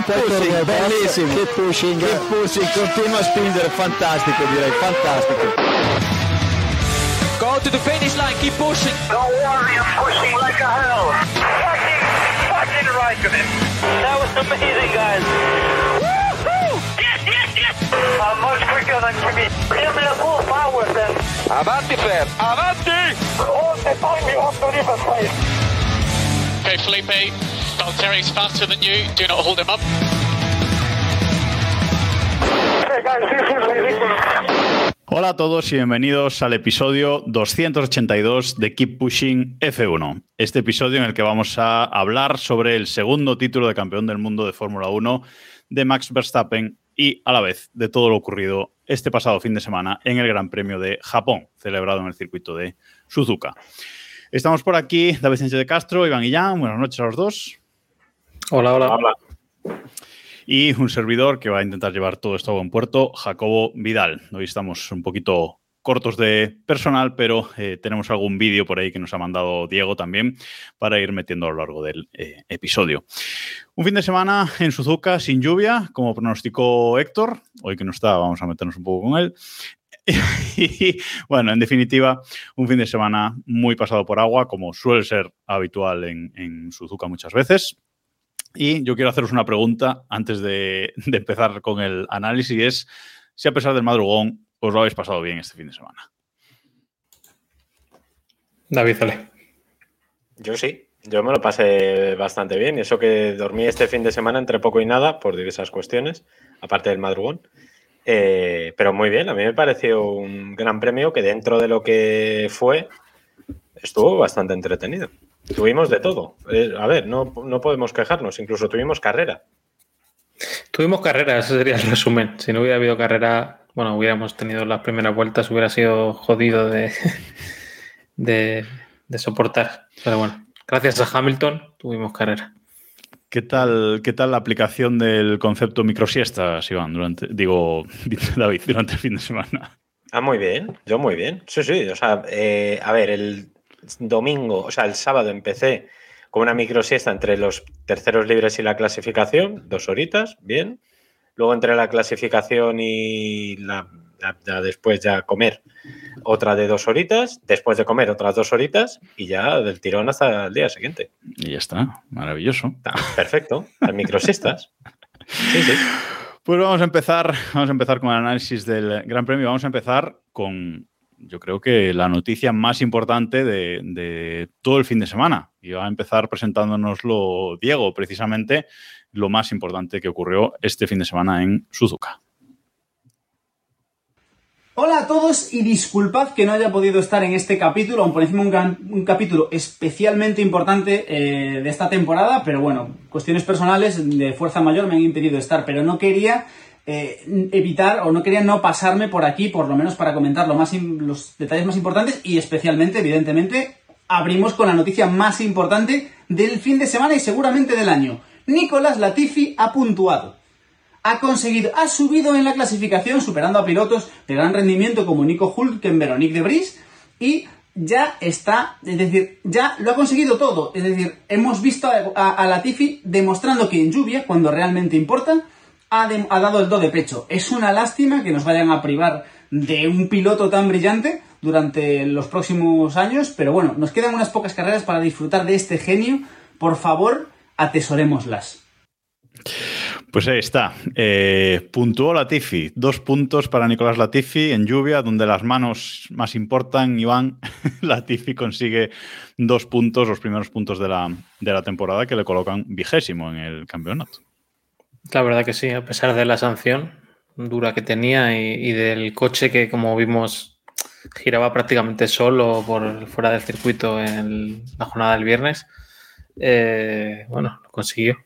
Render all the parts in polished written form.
pushing, bellissimo. Keep pushing, continua a spingere, fantastico direi, fantastico. Go to the finish line, keep pushing. Don't worry, I'm pushing like a hell. Fucking right of it. That was amazing, guys. Woo-hoo! Yes! I'm much quicker than Jimmy. Give me the full power then. Avanti, Fer, avanti! All the time you have to leave a place. Okay, Felipe, Valtteri's faster than you. Do not hold him up. Hey guys, this is ridiculous. Hola a todos y bienvenidos al episodio 282 de Keep Pushing F1. Este episodio en el que vamos a hablar sobre el segundo título de campeón del mundo de Fórmula 1 de Max Verstappen y a la vez de todo lo ocurrido este pasado fin de semana en el Gran Premio de Japón, celebrado en el circuito de Suzuka. Estamos por aquí, David Sánchez de Castro, Iván Guillán. Buenas noches a los dos. Hola. Y un servidor que va a intentar llevar todo esto a buen puerto, Jacobo Vidal. Hoy estamos un poquito cortos de personal, pero tenemos algún vídeo por ahí que nos ha mandado Diego también para ir metiendo a lo largo del episodio. Un fin de semana en Suzuka sin lluvia, como pronosticó Héctor. Hoy que no está, vamos a meternos un poco con él. Y bueno, en definitiva, un fin de semana muy pasado por agua, como suele ser habitual en Suzuka muchas veces. Y yo quiero haceros una pregunta antes de empezar con el análisis, y es si a pesar del madrugón os lo habéis pasado bien este fin de semana. David, dale. Yo sí, yo me lo pasé bastante bien, y eso que dormí este fin de semana entre poco y nada por diversas cuestiones, aparte del madrugón. Pero muy bien, a mí me pareció un gran premio que dentro de lo que fue estuvo bastante entretenido. Tuvimos de todo. A ver, no podemos quejarnos, incluso tuvimos carrera. Tuvimos carrera, ese sería el resumen. Si no hubiera habido carrera, bueno, hubiéramos tenido las primeras vueltas, hubiera sido jodido de soportar. Pero bueno, gracias a Hamilton tuvimos carrera. ¿Qué tal la aplicación del concepto microsiestas, Iván, David, durante el fin de semana? Muy bien, yo muy bien. Sí, o sea, a ver, el domingo, o sea, el sábado empecé con una microsiesta entre los terceros libres y la clasificación, 2 horitas, bien. Luego entre la clasificación y después ya comer, otra de 2 horitas, después de comer otras 2 horitas y ya del tirón hasta el día siguiente. Y ya está, maravilloso. Está perfecto, las microsiestas. Sí. Pues vamos a empezar con el análisis del Gran Premio. Vamos a empezar con, yo creo que la noticia más importante de todo el fin de semana. Y va a empezar presentándonoslo Diego, precisamente lo más importante que ocurrió este fin de semana en Suzuka. Hola a todos y disculpad que no haya podido estar en este capítulo, aun por encima un capítulo especialmente importante de esta temporada, pero bueno, cuestiones personales de fuerza mayor me han impedido estar, pero no quería no pasarme por aquí, por lo menos para comentar los detalles más importantes y especialmente, evidentemente, abrimos con la noticia más importante del fin de semana y seguramente del año. Nicolás Latifi ha puntuado. Ha subido en la clasificación superando a pilotos de gran rendimiento como Nico Hülkenberg o Nick de Vries y ya está, es decir, ya lo ha conseguido todo. Es decir, hemos visto a Latifi demostrando que en lluvia, cuando realmente importa, ha dado el do de pecho. Es una lástima que nos vayan a privar de un piloto tan brillante durante los próximos años, pero bueno, nos quedan unas pocas carreras para disfrutar de este genio. Por favor, atesorémoslas. Pues ahí está. Puntuó Latifi. 2 puntos para Nicolás Latifi en lluvia, donde las manos más importan. Iván, Latifi consigue 2 puntos, los primeros puntos de la temporada, que le colocan 20º en el campeonato. La verdad que sí, a pesar de la sanción dura que tenía y del coche que, como vimos, giraba prácticamente solo fuera del circuito en la jornada del viernes. Bueno, lo consiguió.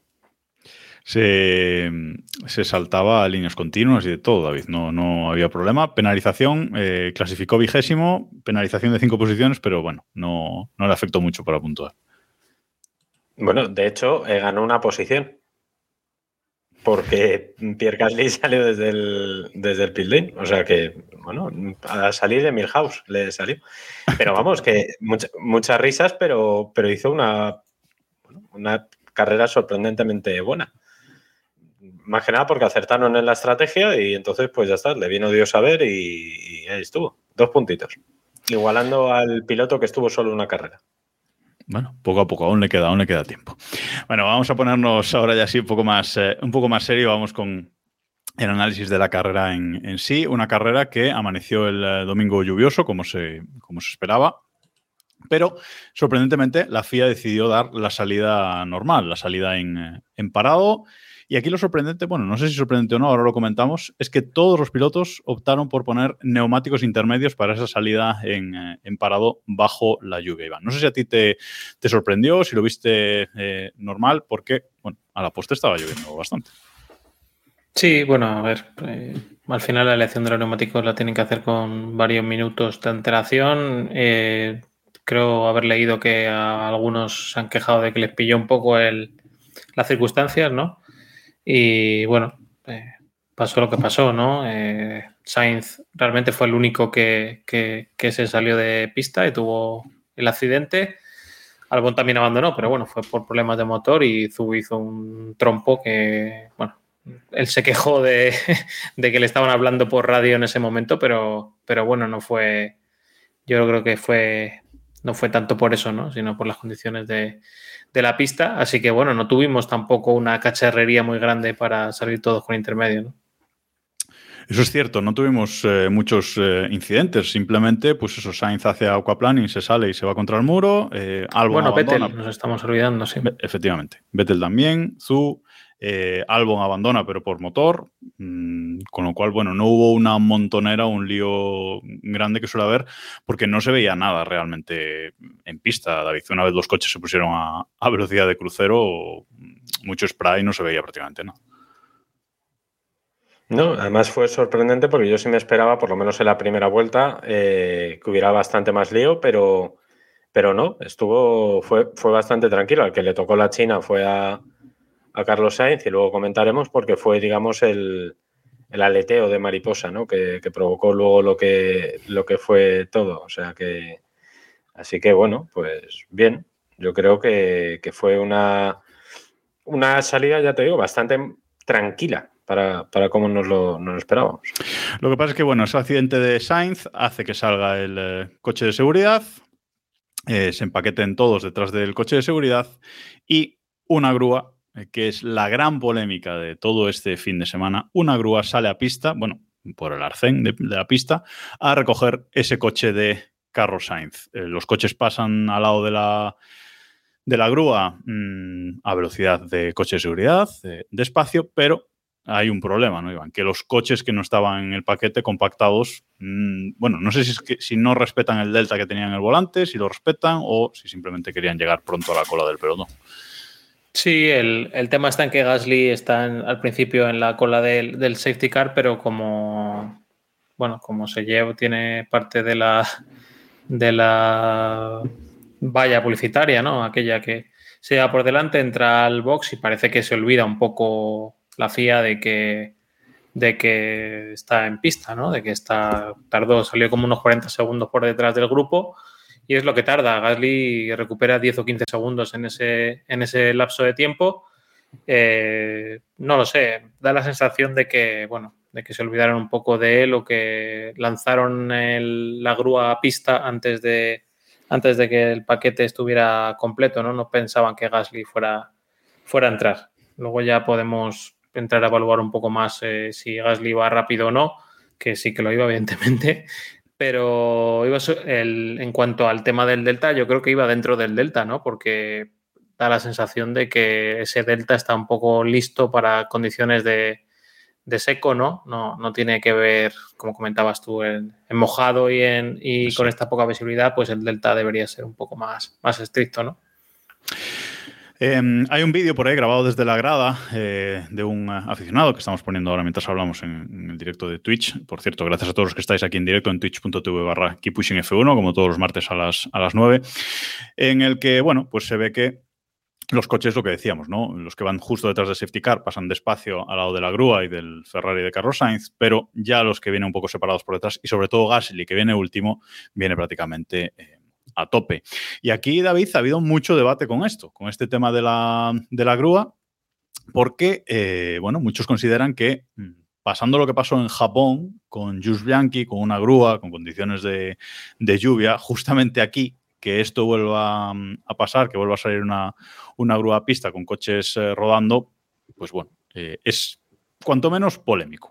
Se saltaba a líneas continuas y de todo, David. No había problema. Penalización, clasificó 20º, penalización de 5 posiciones, pero bueno, no le afectó mucho para puntuar. Bueno, de hecho, ganó una posición. Porque Pierre Gasly salió desde el pit lane. O sea que, bueno, a salir de Milhouse le salió. Pero vamos, que muchas risas, pero hizo una carrera sorprendentemente buena. más que nada porque acertaron en la estrategia y entonces pues ya está, le vino Dios a ver y ahí estuvo. 2 puntitos. Igualando al piloto que estuvo solo una carrera. Bueno, poco a poco, aún le queda tiempo. Bueno, vamos a ponernos ahora ya así un poco más serio. Vamos con el análisis de la carrera en sí. Una carrera que amaneció el domingo lluvioso, como se esperaba. Pero, sorprendentemente, la FIA decidió dar la salida normal, la salida en parado. Y aquí lo sorprendente, bueno, no sé si sorprendente o no, ahora lo comentamos, es que todos los pilotos optaron por poner neumáticos intermedios para esa salida en parado bajo la lluvia, Iván. No sé si a ti te sorprendió, si lo viste normal, porque, bueno, a la postre estaba lloviendo bastante. Sí, bueno, a ver, al final la elección de los neumáticos la tienen que hacer con varios minutos de antelación. Creo haber leído que a algunos se han quejado de que les pilló un poco las circunstancias, ¿no? Y bueno, pasó lo que pasó, ¿no? Sainz realmente fue el único que se salió de pista y tuvo el accidente. Albon también abandonó, pero bueno, fue por problemas de motor y Zhou hizo un trompo que, bueno, él se quejó de que le estaban hablando por radio en ese momento, pero bueno, no fue, yo creo que no fue tanto por eso, ¿no? Sino por las condiciones de la pista, así que bueno, no tuvimos tampoco una cacharrería muy grande para salir todos con intermedio, ¿no? Eso es cierto, no tuvimos muchos incidentes, simplemente pues eso, Sainz hace aquaplaning, se sale y se va contra el muro, Albon bueno, abandona. Vettel, nos estamos olvidando, sí. Efectivamente, Vettel también, Zhou, Albon abandona pero por motor, con lo cual, bueno, no hubo una montonera, un lío grande que suele haber, porque no se veía nada realmente en pista, David. Una vez los coches se pusieron a velocidad de crucero, mucho spray, no se veía prácticamente nada. No, además fue sorprendente porque yo sí me esperaba, por lo menos en la primera vuelta, que hubiera bastante más lío, pero no, fue bastante tranquilo. Al que le tocó la China fue a Carlos Sainz y luego comentaremos porque fue, digamos, el aleteo de mariposa, ¿no? Que provocó luego lo que fue todo. O sea que, así que bueno, pues bien. Yo creo que fue una salida, ya te digo, bastante tranquila para cómo nos lo esperábamos. Lo que pasa es que, bueno, ese accidente de Sainz hace que salga el coche de seguridad, se empaqueten todos detrás del coche de seguridad y una grúa, que es la gran polémica de todo este fin de semana, una grúa sale a pista, bueno, por el arcén de la pista, a recoger ese coche de Carlos Sainz. Los coches pasan al lado de la grúa a velocidad de coche de seguridad, despacio, pero hay un problema, ¿no, Iván? Que los coches que no estaban en el paquete compactados, bueno, no sé si es que si no respetan el delta que tenían en el volante, si lo respetan o si simplemente querían llegar pronto a la cola del pelotón. Sí, el tema está en que Gasly está al principio en la cola del safety car, pero como tiene parte de la valla publicitaria, ¿no? Aquella que se lleva por delante, entra al box y parece que se olvida un poco la FIA de que está en pista, ¿no? De que salió como unos 40 segundos por detrás del grupo y es lo que tarda. Gasly recupera 10 o 15 segundos en ese lapso de tiempo. No lo sé, da la sensación de que se olvidaron un poco de él o que lanzaron la grúa a pista antes de que el paquete estuviera completo, ¿no? No pensaban que Gasly fuera a entrar. Luego ya podemos entrar a evaluar un poco más si Gasly iba rápido o no, que sí que lo iba, evidentemente. Pero en cuanto al tema del delta, yo creo que iba dentro del delta, ¿no? Porque da la sensación de que ese delta está un poco listo para condiciones de seco, ¿no? No tiene que ver, como comentabas tú, en mojado y con esta poca visibilidad, pues el delta debería ser un poco más estricto, ¿no? Hay un vídeo por ahí grabado desde la grada de un aficionado que estamos poniendo ahora mientras hablamos en el directo de Twitch. Por cierto, gracias a todos los que estáis aquí en directo en twitch.tv/KeepPushingF1, como todos los martes a las 9, en el que, bueno, pues se ve que los coches, lo que decíamos, ¿no? Los que van justo detrás del safety car pasan despacio al lado de la grúa y del Ferrari de Carlos Sainz, pero ya los que vienen un poco separados por detrás, y sobre todo Gasly, que viene último, viene prácticamente a tope. Y aquí, David, ha habido mucho debate con esto, con este tema de la grúa. porque, bueno, muchos consideran que pasando lo que pasó en Japón con Jules Bianchi, con una grúa, con condiciones de lluvia, justamente aquí, que esto vuelva a pasar, que vuelva a salir una grúa a pista con coches rodando, pues bueno, es cuanto menos polémico.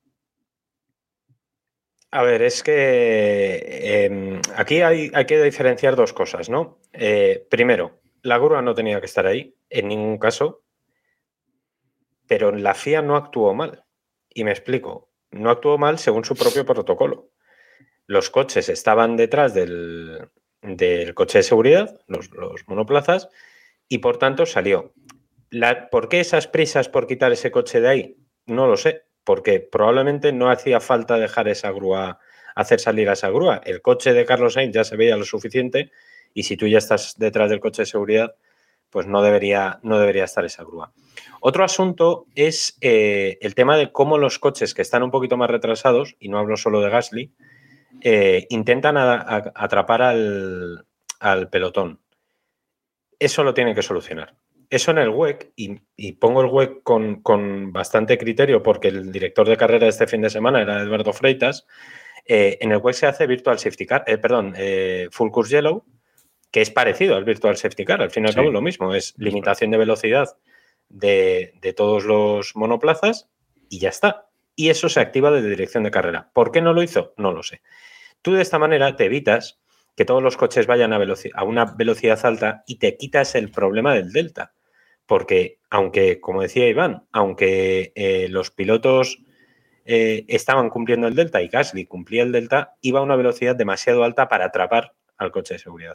A ver, es que aquí hay que diferenciar dos cosas, ¿no? Primero, la grúa no tenía que estar ahí, en ningún caso, pero la FIA no actuó mal. Y me explico, no actuó mal según su propio protocolo. Los coches estaban detrás del coche de seguridad, los monoplazas, y por tanto salió. ¿Por qué esas prisas por quitar ese coche de ahí? No lo sé, porque probablemente no hacía falta dejar esa grúa, hacer salir a esa grúa. El coche de Carlos Sainz ya se veía lo suficiente y si tú ya estás detrás del coche de seguridad, pues no debería estar esa grúa. Otro asunto es el tema de cómo los coches que están un poquito más retrasados, y no hablo solo de Gasly, intentan atrapar al pelotón. Eso lo tienen que solucionar. Eso en el WEC, y pongo el WEC con bastante criterio porque el director de carrera de este fin de semana era Eduardo Freitas, en el WEC se hace Virtual Safety Car, Full Course Yellow, que es parecido al Virtual Safety Car, al fin y al cabo es lo mismo, es limitación de velocidad de todos los monoplazas y ya está. Y eso se activa desde dirección de carrera. ¿Por qué no lo hizo? No lo sé. Tú de esta manera te evitas que todos los coches vayan a una velocidad alta y te quitas el problema del delta. Porque, aunque, como decía Iván, aunque los pilotos estaban cumpliendo el delta y Gasly cumplía el delta, iba a una velocidad demasiado alta para atrapar al coche de seguridad.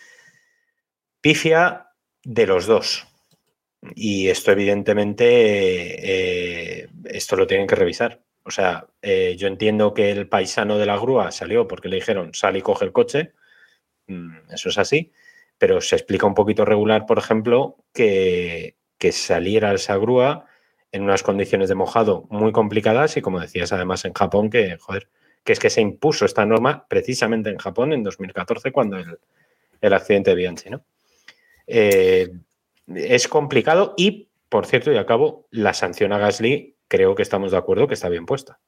Pifia de los dos. Y esto, evidentemente, esto lo tienen que revisar. O sea, yo entiendo que el paisano de la grúa salió porque le dijeron, sal y coge el coche. Eso es así. Pero se explica un poquito regular, por ejemplo, que saliera esa grúa en unas condiciones de mojado muy complicadas y, como decías, además en Japón, que es que se impuso esta norma precisamente en Japón en 2014 cuando el accidente de Bianchi, ¿no? Es complicado y, por cierto, y acabo, la sanción a Gasly creo que estamos de acuerdo que está bien puesta.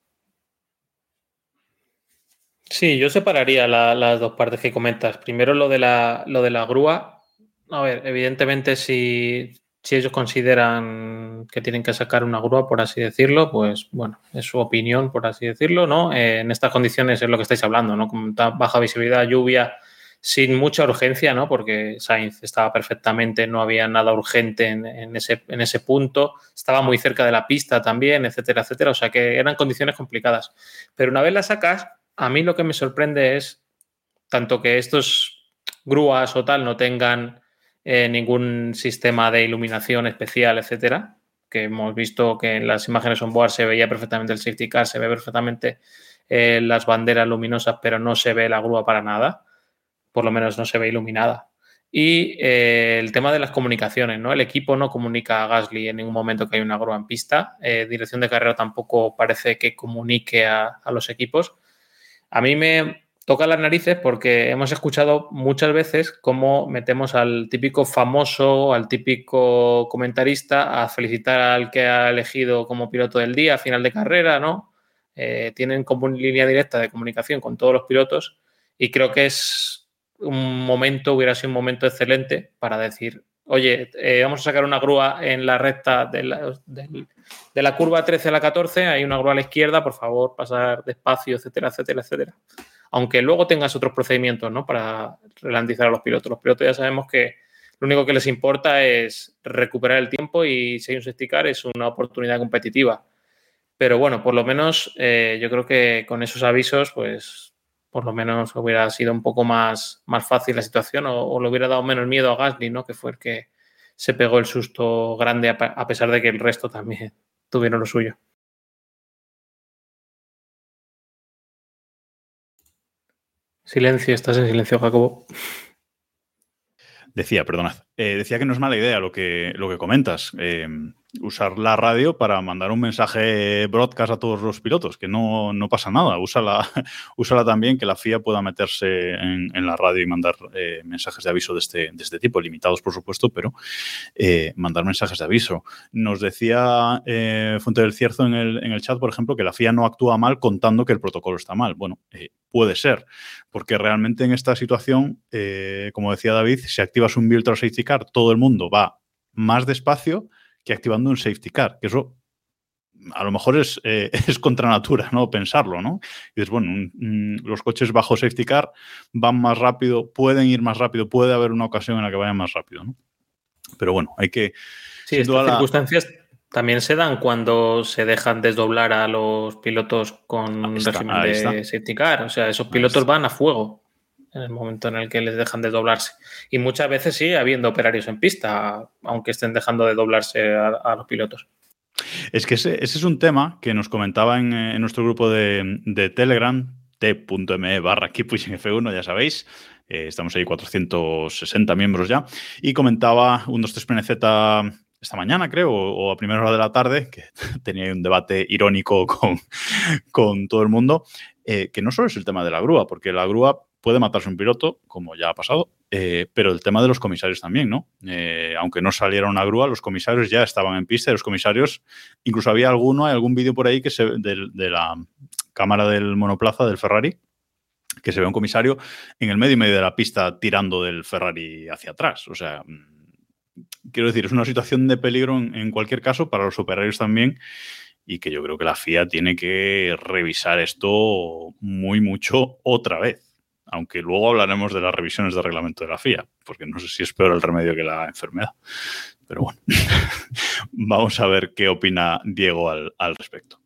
Sí, yo separaría las dos partes que comentas. Primero lo de la grúa. A ver, evidentemente si ellos consideran que tienen que sacar una grúa, por así decirlo, pues bueno, es su opinión, por así decirlo, ¿no? En estas condiciones es lo que estáis hablando, ¿no? Con baja visibilidad, lluvia, sin mucha urgencia, ¿no? Porque Sainz estaba perfectamente, no había nada urgente en ese punto, estaba muy cerca de la pista también, etcétera, etcétera. O sea que eran condiciones complicadas. Pero una vez la sacas, a mí lo que me sorprende es tanto que estos grúas o tal no tengan ningún sistema de iluminación especial, etcétera, que hemos visto que en las imágenes on board se veía perfectamente el safety car, se ve perfectamente las banderas luminosas, pero no se ve la grúa para nada, por lo menos no se ve iluminada. Y el tema de las comunicaciones, ¿no? El equipo no comunica a Gasly en ningún momento que hay una grúa en pista. Dirección de carrera tampoco parece que comunique a los equipos. A mí me toca las narices porque hemos escuchado muchas veces cómo metemos al típico famoso, al típico comentarista a felicitar al que ha elegido como piloto del día a final de carrera, ¿no? Tienen como una línea directa de comunicación con todos los pilotos y creo que hubiera sido un momento excelente para decir, oye, vamos a sacar una grúa en la recta de la curva 13 a la 14, hay una grúa a la izquierda, por favor, pasar despacio, etcétera, etcétera, etcétera. Aunque luego tengas otros procedimientos, ¿no? Para ralentizar a los pilotos. Los pilotos ya sabemos que lo único que les importa es recuperar el tiempo y si hay un safety car es una oportunidad competitiva. Pero bueno, por lo menos yo creo que con esos avisos, pues por lo menos hubiera sido un poco más fácil la situación o le hubiera dado menos miedo a Gasly, ¿no? Que fue el que se pegó el susto grande a pesar de que el resto también tuvieron lo suyo. Silencio, estás en silencio, Jacobo. Decía, perdonad, decía que no es mala idea lo que comentas. usar la radio para mandar un mensaje broadcast a todos los pilotos, que no pasa nada. Úsala también, que la FIA pueda meterse en la radio y mandar mensajes de aviso de este tipo, limitados por supuesto, pero mandar mensajes de aviso. Nos decía Fuente del Cierzo en el chat, por ejemplo, que la FIA no actúa mal contando que el protocolo está mal. Bueno, puede ser, porque realmente en esta situación, como decía David, si activas un Virtual Safety Car, todo el mundo va más despacio que activando un safety car, que eso a lo mejor es contra natura, ¿no? Pensarlo, ¿no? Y dices, bueno, los coches bajo safety car van más rápido, pueden ir más rápido, puede haber una ocasión en la que vayan más rápido, ¿no? Pero bueno, hay que... Sí, estas circunstancias también se dan cuando se dejan desdoblar a los pilotos con régimen de safety car. O sea, esos pilotos van a fuego en el momento en el que les dejan de doblarse. Y muchas veces sigue habiendo operarios en pista, aunque estén dejando de doblarse a los pilotos. Es que ese es un tema que nos comentaba en nuestro grupo de Telegram, t.me/KeepPushingF1, ya sabéis. Estamos ahí 460 miembros ya. Y comentaba un 23PNZ esta mañana, creo, o a primera hora de la tarde, que tenía ahí un debate irónico con todo el mundo, que no solo es el tema de la grúa, porque la grúa puede matarse un piloto, como ya ha pasado, pero el tema de los comisarios también, ¿no? Aunque no saliera una grúa, los comisarios ya estaban en pista y los comisarios, incluso había algún vídeo por ahí que de la cámara del monoplaza del Ferrari, que se ve un comisario en el medio y medio de la pista tirando del Ferrari hacia atrás. O sea, quiero decir, es una situación de peligro en cualquier caso para los operarios también, y que yo creo que la FIA tiene que revisar esto muy mucho otra vez. Aunque luego hablaremos de las revisiones de reglamento de la FIA, porque no sé si es peor el remedio que la enfermedad. Pero bueno, vamos a ver qué opina Diego al respecto.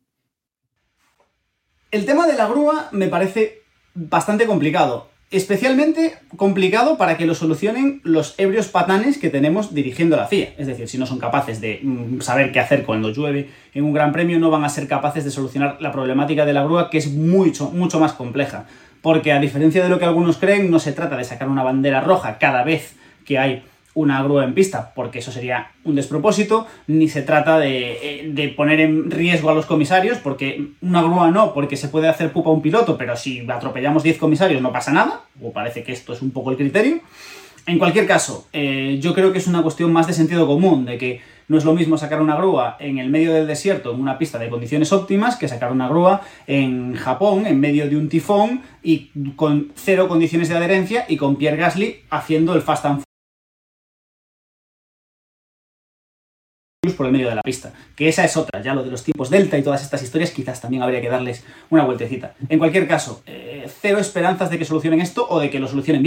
El tema de la grúa me parece bastante complicado. Especialmente complicado para que lo solucionen los ebrios patanes que tenemos dirigiendo la FIA. Es decir, si no son capaces de saber qué hacer cuando llueve en un gran premio, no van a ser capaces de solucionar la problemática de la grúa, que es mucho más compleja. Porque a diferencia de lo que algunos creen, no se trata de sacar una bandera roja cada vez que hay una grúa en pista, porque eso sería un despropósito, ni se trata de poner en riesgo a los comisarios, porque una grúa no, porque se puede hacer pupa a un piloto, pero si atropellamos 10 comisarios no pasa nada, o parece que esto es un poco el criterio. En cualquier caso, yo creo que es una cuestión más de sentido común, de que no es lo mismo sacar una grúa en el medio del desierto, en una pista de condiciones óptimas, que sacar una grúa en Japón, en medio de un tifón, y con 0 condiciones de adherencia, y con Pierre Gasly haciendo el Fast and Furious por el medio de la pista. Que esa es otra, ya lo de los tiempos delta y todas estas historias, quizás también habría que darles una vueltecita. En cualquier caso, 0 esperanzas de que solucionen esto o de que lo solucionen bien.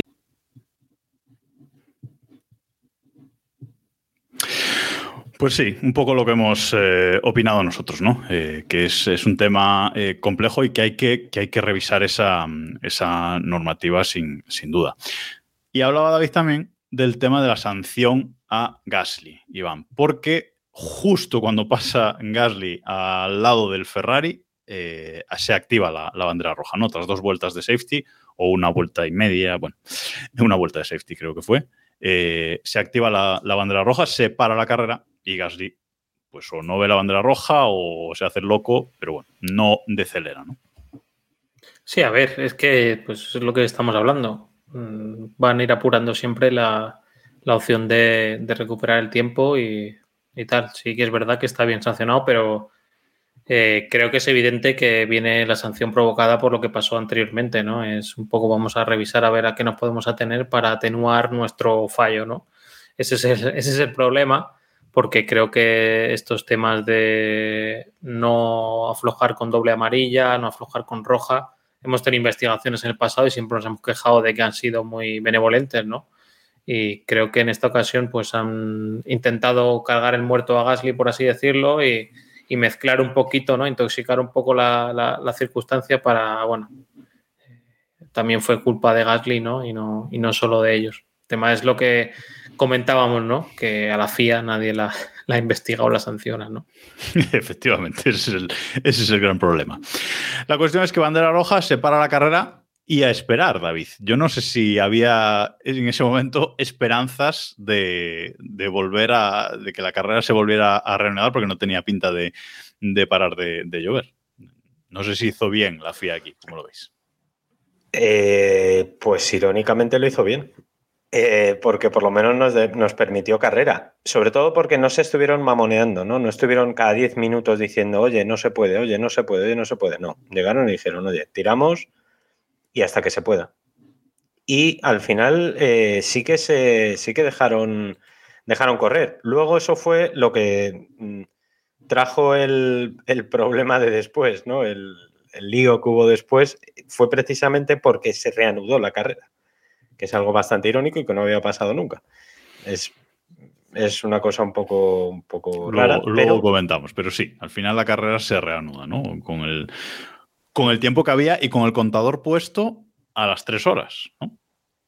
Pues sí, un poco lo que hemos opinado nosotros, ¿no? Que es un tema complejo y que hay que revisar esa normativa sin duda. Y hablaba David también del tema de la sanción a Gasly, Iván, porque justo cuando pasa Gasly al lado del Ferrari se activa la bandera roja, ¿no? Tras 2 vueltas de safety o una vuelta y media, bueno, una vuelta de safety creo que fue, se activa la bandera roja, se para la carrera y Gasly pues o no ve la bandera roja o se hace el loco, pero bueno, no decelera, ¿no? Sí, a ver, es que pues es lo que estamos hablando. Van a ir apurando siempre la opción de recuperar el tiempo y tal. Sí que es verdad que está bien sancionado, pero creo que es evidente que viene la sanción provocada por lo que pasó anteriormente, ¿no? Es un poco, vamos a revisar a ver a qué nos podemos atener para atenuar nuestro fallo, ¿no? Ese es el problema, porque creo que estos temas de no aflojar con doble amarilla, no aflojar con roja, hemos tenido investigaciones en el pasado y siempre nos hemos quejado de que han sido muy benevolentes, ¿no? Y creo que en esta ocasión pues han intentado cargar el muerto a Gasly, por así decirlo, y mezclar un poquito, ¿no? Intoxicar un poco la circunstancia para, bueno, también fue culpa de Gasly, ¿no? Y no solo de ellos. El tema es lo que comentábamos, ¿no? Que a la FIA nadie la investiga o la sanciona, ¿no? Efectivamente, ese es el gran problema. La cuestión es que bandera roja se para la carrera Y a esperar, David. Yo no sé si había en ese momento esperanzas de volver de que la carrera se volviera a reanudar, porque no tenía pinta de parar de llover. No sé si hizo bien la FIA aquí, ¿cómo lo veis? Pues irónicamente lo hizo bien. Porque por lo menos nos permitió carrera. Sobre todo porque no se estuvieron mamoneando, ¿no? No estuvieron cada 10 minutos diciendo, oye, no se puede, oye, no se puede, oye, no se puede. No, llegaron y dijeron, oye, tiramos y hasta que se pueda. Y al final sí que dejaron correr. Luego eso fue lo que trajo el problema de después, ¿no? El lío que hubo después fue precisamente porque se reanudó la carrera, que es algo bastante irónico y que no había pasado nunca. Es una cosa un poco rara. Luego comentamos, pero sí, al final la carrera se reanuda, ¿no? Con el tiempo que había y con el contador puesto a las 3 horas, ¿no?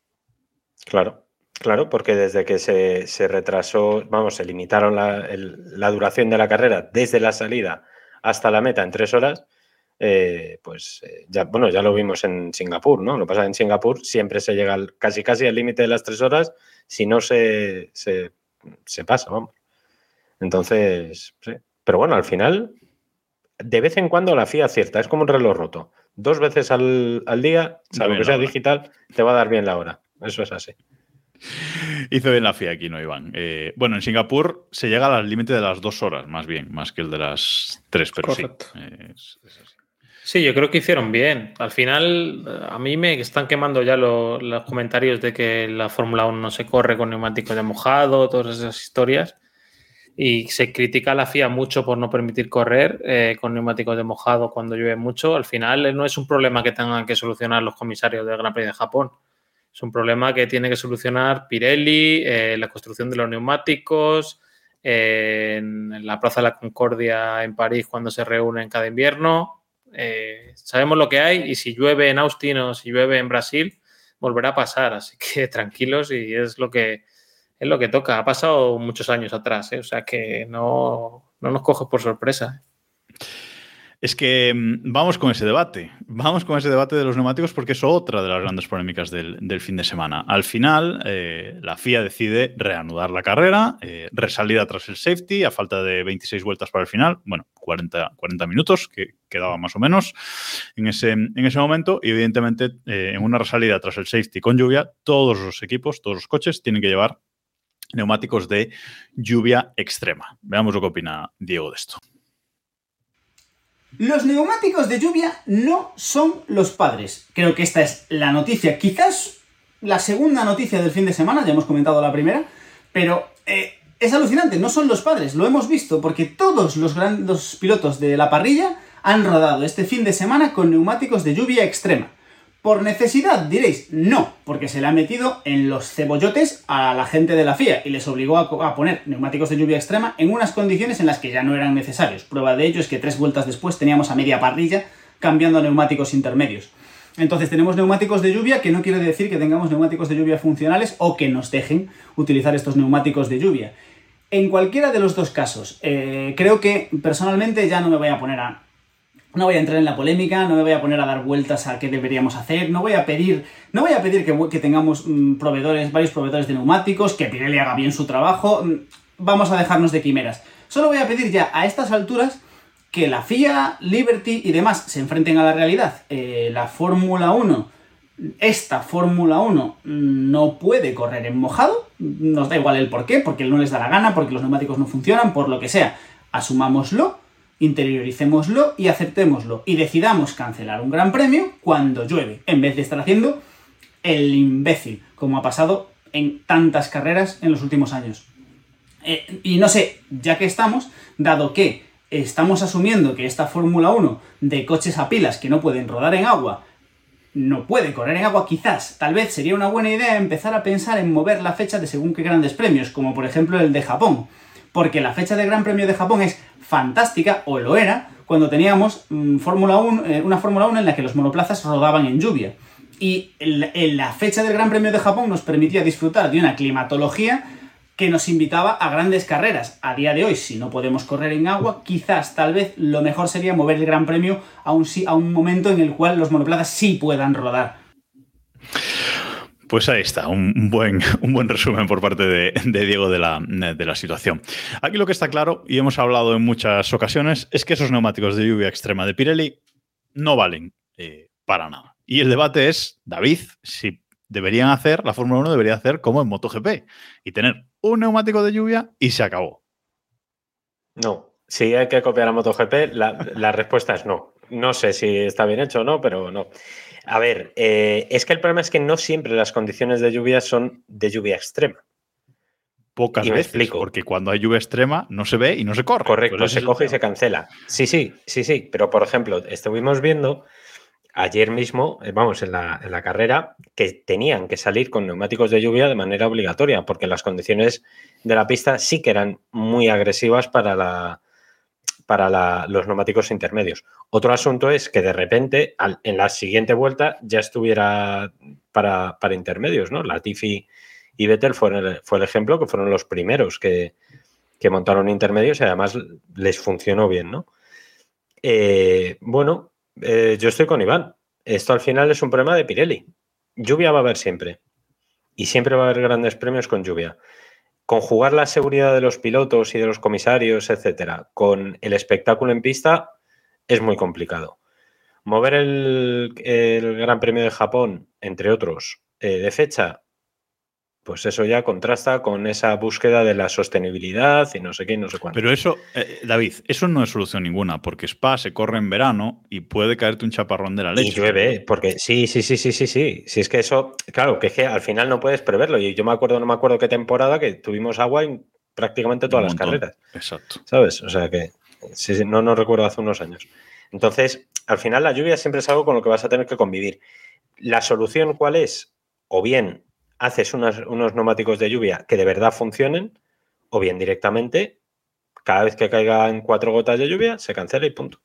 Claro, porque desde que se retrasó, se limitaron la duración de la carrera desde la salida hasta la meta en 3 horas, ya lo vimos en Singapur, ¿no? Lo que pasa en Singapur siempre se llega casi al límite de las 3 horas, si no se pasa, vamos. Entonces, sí. Pero bueno, al final, de vez en cuando la FIA acierta, es como un reloj roto. 2 veces al día, salvo que sea digital, te va a dar bien la hora. Eso es así. Hizo bien la FIA aquí, ¿no, Iván? Bueno, en Singapur se llega al límite de las 2 horas, más que el de las 3, pero correcto. Sí. Es así. Sí, yo creo que hicieron bien. Al final, a mí me están quemando ya los comentarios de que la Fórmula 1 no se corre con neumáticos de mojado, todas esas historias. Y se critica a la FIA mucho por no permitir correr con neumáticos de mojado cuando llueve mucho. Al final no es un problema que tengan que solucionar los comisarios del Gran Premio de Japón. Es un problema que tiene que solucionar Pirelli, la construcción de los neumáticos, en la Plaza de la Concordia en París cuando se reúnen cada invierno. Sabemos lo que hay y si llueve en Austin o si llueve en Brasil, volverá a pasar. Así que tranquilos y es lo que toca. Ha pasado muchos años atrás, o sea que no nos coge por sorpresa. Es que vamos con ese debate de los neumáticos porque es otra de las grandes polémicas del fin de semana. Al final, la FIA decide reanudar la carrera, resalida tras el safety a falta de 26 vueltas para el final, 40 minutos, que quedaba más o menos en ese momento, y evidentemente en una resalida tras el safety con lluvia, todos los equipos, todos los coches tienen que llevar neumáticos de lluvia extrema. Veamos lo que opina Diego de esto. Los neumáticos de lluvia no son los padres. Creo que esta es la noticia, quizás la segunda noticia del fin de semana, ya hemos comentado la primera, pero es alucinante, no son los padres, lo hemos visto, porque todos los pilotos de la parrilla han rodado este fin de semana con neumáticos de lluvia extrema. ¿Por necesidad? Diréis, no, porque se le ha metido en los cebollotes a la gente de la FIA y les obligó a poner neumáticos de lluvia extrema en unas condiciones en las que ya no eran necesarios. Prueba de ello es que 3 vueltas después teníamos a media parrilla cambiando a neumáticos intermedios. Entonces tenemos neumáticos de lluvia, que no quiere decir que tengamos neumáticos de lluvia funcionales o que nos dejen utilizar estos neumáticos de lluvia. En cualquiera de los dos casos, creo que personalmente ya no me voy a poner no voy a entrar en la polémica, no me voy a poner a dar vueltas a qué deberíamos hacer, no voy a pedir que tengamos varios proveedores de neumáticos, que Pirelli haga bien su trabajo, vamos a dejarnos de quimeras. Solo voy a pedir ya a estas alturas que la FIA, Liberty y demás se enfrenten a la realidad. La Fórmula 1, esta Fórmula 1 no puede correr en mojado, nos da igual el por qué, porque no les da la gana, porque los neumáticos no funcionan, por lo que sea. Asumámoslo, interioricémoslo y aceptémoslo y decidamos cancelar un gran premio cuando llueve, en vez de estar haciendo el imbécil, como ha pasado en tantas carreras en los últimos años. Y no sé, ya que estamos, dado que estamos asumiendo que esta Fórmula 1 de coches a pilas que no pueden rodar en agua, no puede correr en agua, quizás, tal vez sería una buena idea empezar a pensar en mover la fecha de según qué grandes premios, como por ejemplo el de Japón. Porque la fecha del Gran Premio de Japón es fantástica, o lo era, cuando teníamos una Fórmula 1 en la que los monoplazas rodaban en lluvia. Y la fecha del Gran Premio de Japón nos permitía disfrutar de una climatología que nos invitaba a grandes carreras. A día de hoy, si no podemos correr en agua, quizás, tal vez, lo mejor sería mover el Gran Premio a un momento en el cual los monoplazas sí puedan rodar Pues ahí está, un buen resumen por parte de Diego de la situación. Aquí lo que está claro, y hemos hablado en muchas ocasiones, es que esos neumáticos de lluvia extrema de Pirelli no valen para nada. Y el debate es, David, si la Fórmula 1 debería hacer como en MotoGP y tener un neumático de lluvia y se acabó. No, si hay que copiar a MotoGP, la respuesta es no. No sé si está bien hecho o no, pero no. A ver, es que el problema es que no siempre las condiciones de lluvia son de lluvia extrema. Pocas veces, porque cuando hay lluvia extrema no se ve y no se corre. Correcto, se coge y se cancela. Sí, pero por ejemplo, estuvimos viendo ayer mismo, vamos, en la carrera, que tenían que salir con neumáticos de lluvia de manera obligatoria, porque las condiciones de la pista sí que eran muy agresivas para los neumáticos intermedios. Otro asunto es que de repente, en la siguiente vuelta, ya estuviera para intermedios, ¿no? Latifi y Vettel fue el ejemplo, que fueron los primeros que montaron intermedios y además les funcionó bien, ¿no? Yo estoy con Iván. Esto al final es un problema de Pirelli. Lluvia va a haber siempre. Y siempre va a haber grandes premios con lluvia. Conjugar la seguridad de los pilotos y de los comisarios, etcétera, con el espectáculo en pista es muy complicado. Mover el Gran Premio de Japón, entre otros, de fecha, pues eso ya contrasta con esa búsqueda de la sostenibilidad y no sé qué y no sé cuánto. Pero eso, David, eso no es solución ninguna, porque Spa se corre en verano y puede caerte un chaparrón de la leche. Y llueve, porque sí. Si es que eso, claro, que es que al final no puedes preverlo. Y yo no me acuerdo qué temporada que tuvimos agua en prácticamente todas las carreras. Exacto. ¿Sabes? O sea que no recuerdo hace unos años. Entonces, al final la lluvia siempre es algo con lo que vas a tener que convivir. ¿La solución cuál es? O bien haces unos neumáticos de lluvia que de verdad funcionen, o bien directamente, cada vez que caigan 4 gotas de lluvia, se cancela y punto.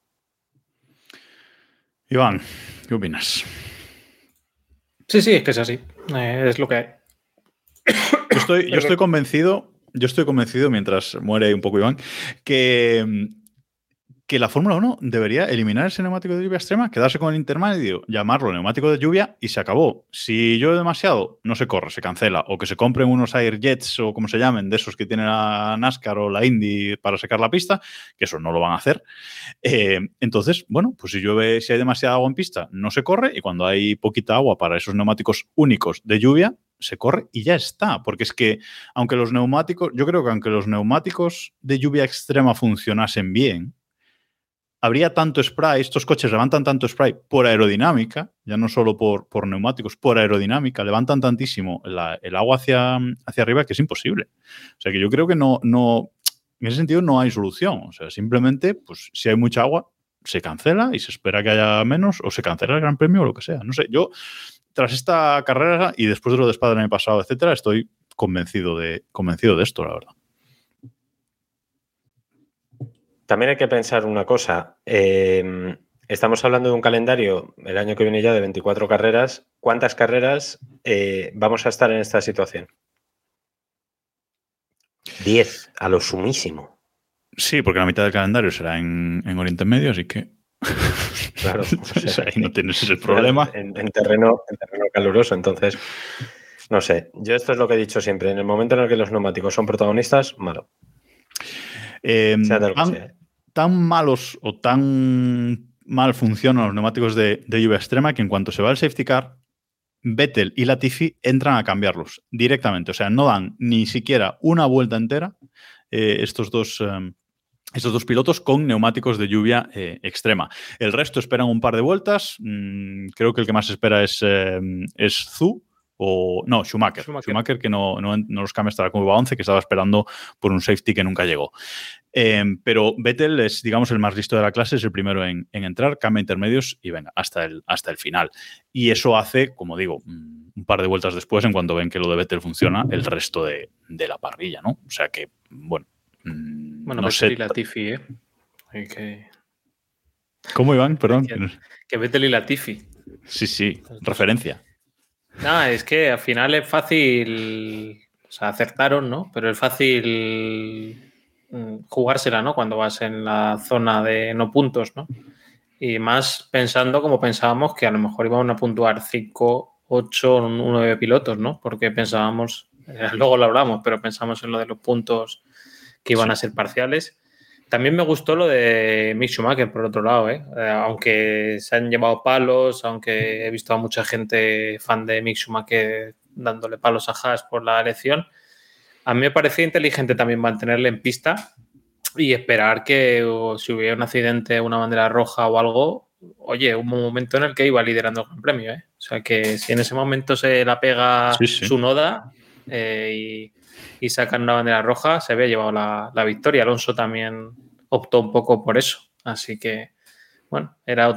Iván, ¿qué opinas? Sí, es que es así. Es lo que hay. Yo estoy convencido, mientras muere un poco Iván, que la Fórmula 1 debería eliminar ese neumático de lluvia extrema, quedarse con el intermedio, llamarlo neumático de lluvia y se acabó. Si llueve demasiado, no se corre, se cancela. O que se compren unos Air Jets o como se llamen, de esos que tiene la NASCAR o la Indy para secar la pista, que eso no lo van a hacer. Entonces, bueno, pues si hay demasiada agua en pista, no se corre, y cuando hay poquita agua para esos neumáticos únicos de lluvia, se corre y ya está. Porque es que, yo creo que aunque los neumáticos de lluvia extrema funcionasen bien, habría tanto spray, estos coches levantan tanto spray por aerodinámica, ya no solo por neumáticos, por aerodinámica, levantan tantísimo el agua hacia arriba que es imposible. O sea que yo creo que no, en ese sentido no hay solución. O sea, simplemente, pues si hay mucha agua, se cancela y se espera que haya menos, o se cancela el Gran Premio o lo que sea. No sé, yo tras esta carrera y después de lo de Spa del año pasado, etcétera, estoy convencido de esto, la verdad. También hay que pensar una cosa. Estamos hablando de un calendario el año que viene ya de 24 carreras. ¿Cuántas carreras vamos a estar en esta situación? 10, a lo sumísimo. Sí, porque la mitad del calendario será en Oriente Medio, así que... Claro. O sea, ahí no tienes ese problema. En terreno caluroso, entonces... No sé. Yo esto es lo que he dicho siempre. En el momento en el que los neumáticos son protagonistas, malo. Tan malos o tan mal funcionan los neumáticos de lluvia extrema que en cuanto se va el safety car, Vettel y Latifi entran a cambiarlos directamente. O sea, no dan ni siquiera una vuelta entera estos dos pilotos con neumáticos de lluvia extrema. El resto esperan un par de vueltas. Creo que el que más espera es Zhou. Schumacher, que no los cambia hasta la curva 11, que estaba esperando por un safety que nunca llegó. Pero Vettel es, digamos, el más listo de la clase, es el primero en entrar, cambia intermedios y venga, hasta el final. Y eso hace, como digo, un par de vueltas después, en cuanto ven que lo de Vettel funciona, el resto de la parrilla, ¿no? O sea que, bueno, no Vettel sé. Y Latifi, ¿Cómo, Iván? Perdón. Que Vettel y Latifi. Sí, referencia. Nada, es que al final es fácil, o sea, acertaron, ¿no? Pero es fácil jugársela, ¿no? Cuando vas en la zona de no puntos, ¿no? Y más pensando como pensábamos que a lo mejor íbamos a puntuar 5 8 o 9 pilotos, ¿no? Porque pensábamos, luego lo hablamos, pero pensamos en lo de los puntos que iban a ser parciales. También me gustó lo de Mick Schumacher, por otro lado, aunque se han llevado palos, aunque he visto a mucha gente fan de Mick Schumacher dándole palos a Haas por la elección, a mí me parecía inteligente también mantenerle en pista y esperar que si hubiera un accidente, una bandera roja o algo, oye, hubo un momento en el que iba liderando el Gran Premio, O sea, que si en ese momento se la pega Tsunoda y sacan una bandera roja, se había llevado la victoria. Alonso también optó un poco por eso. Así que, bueno, era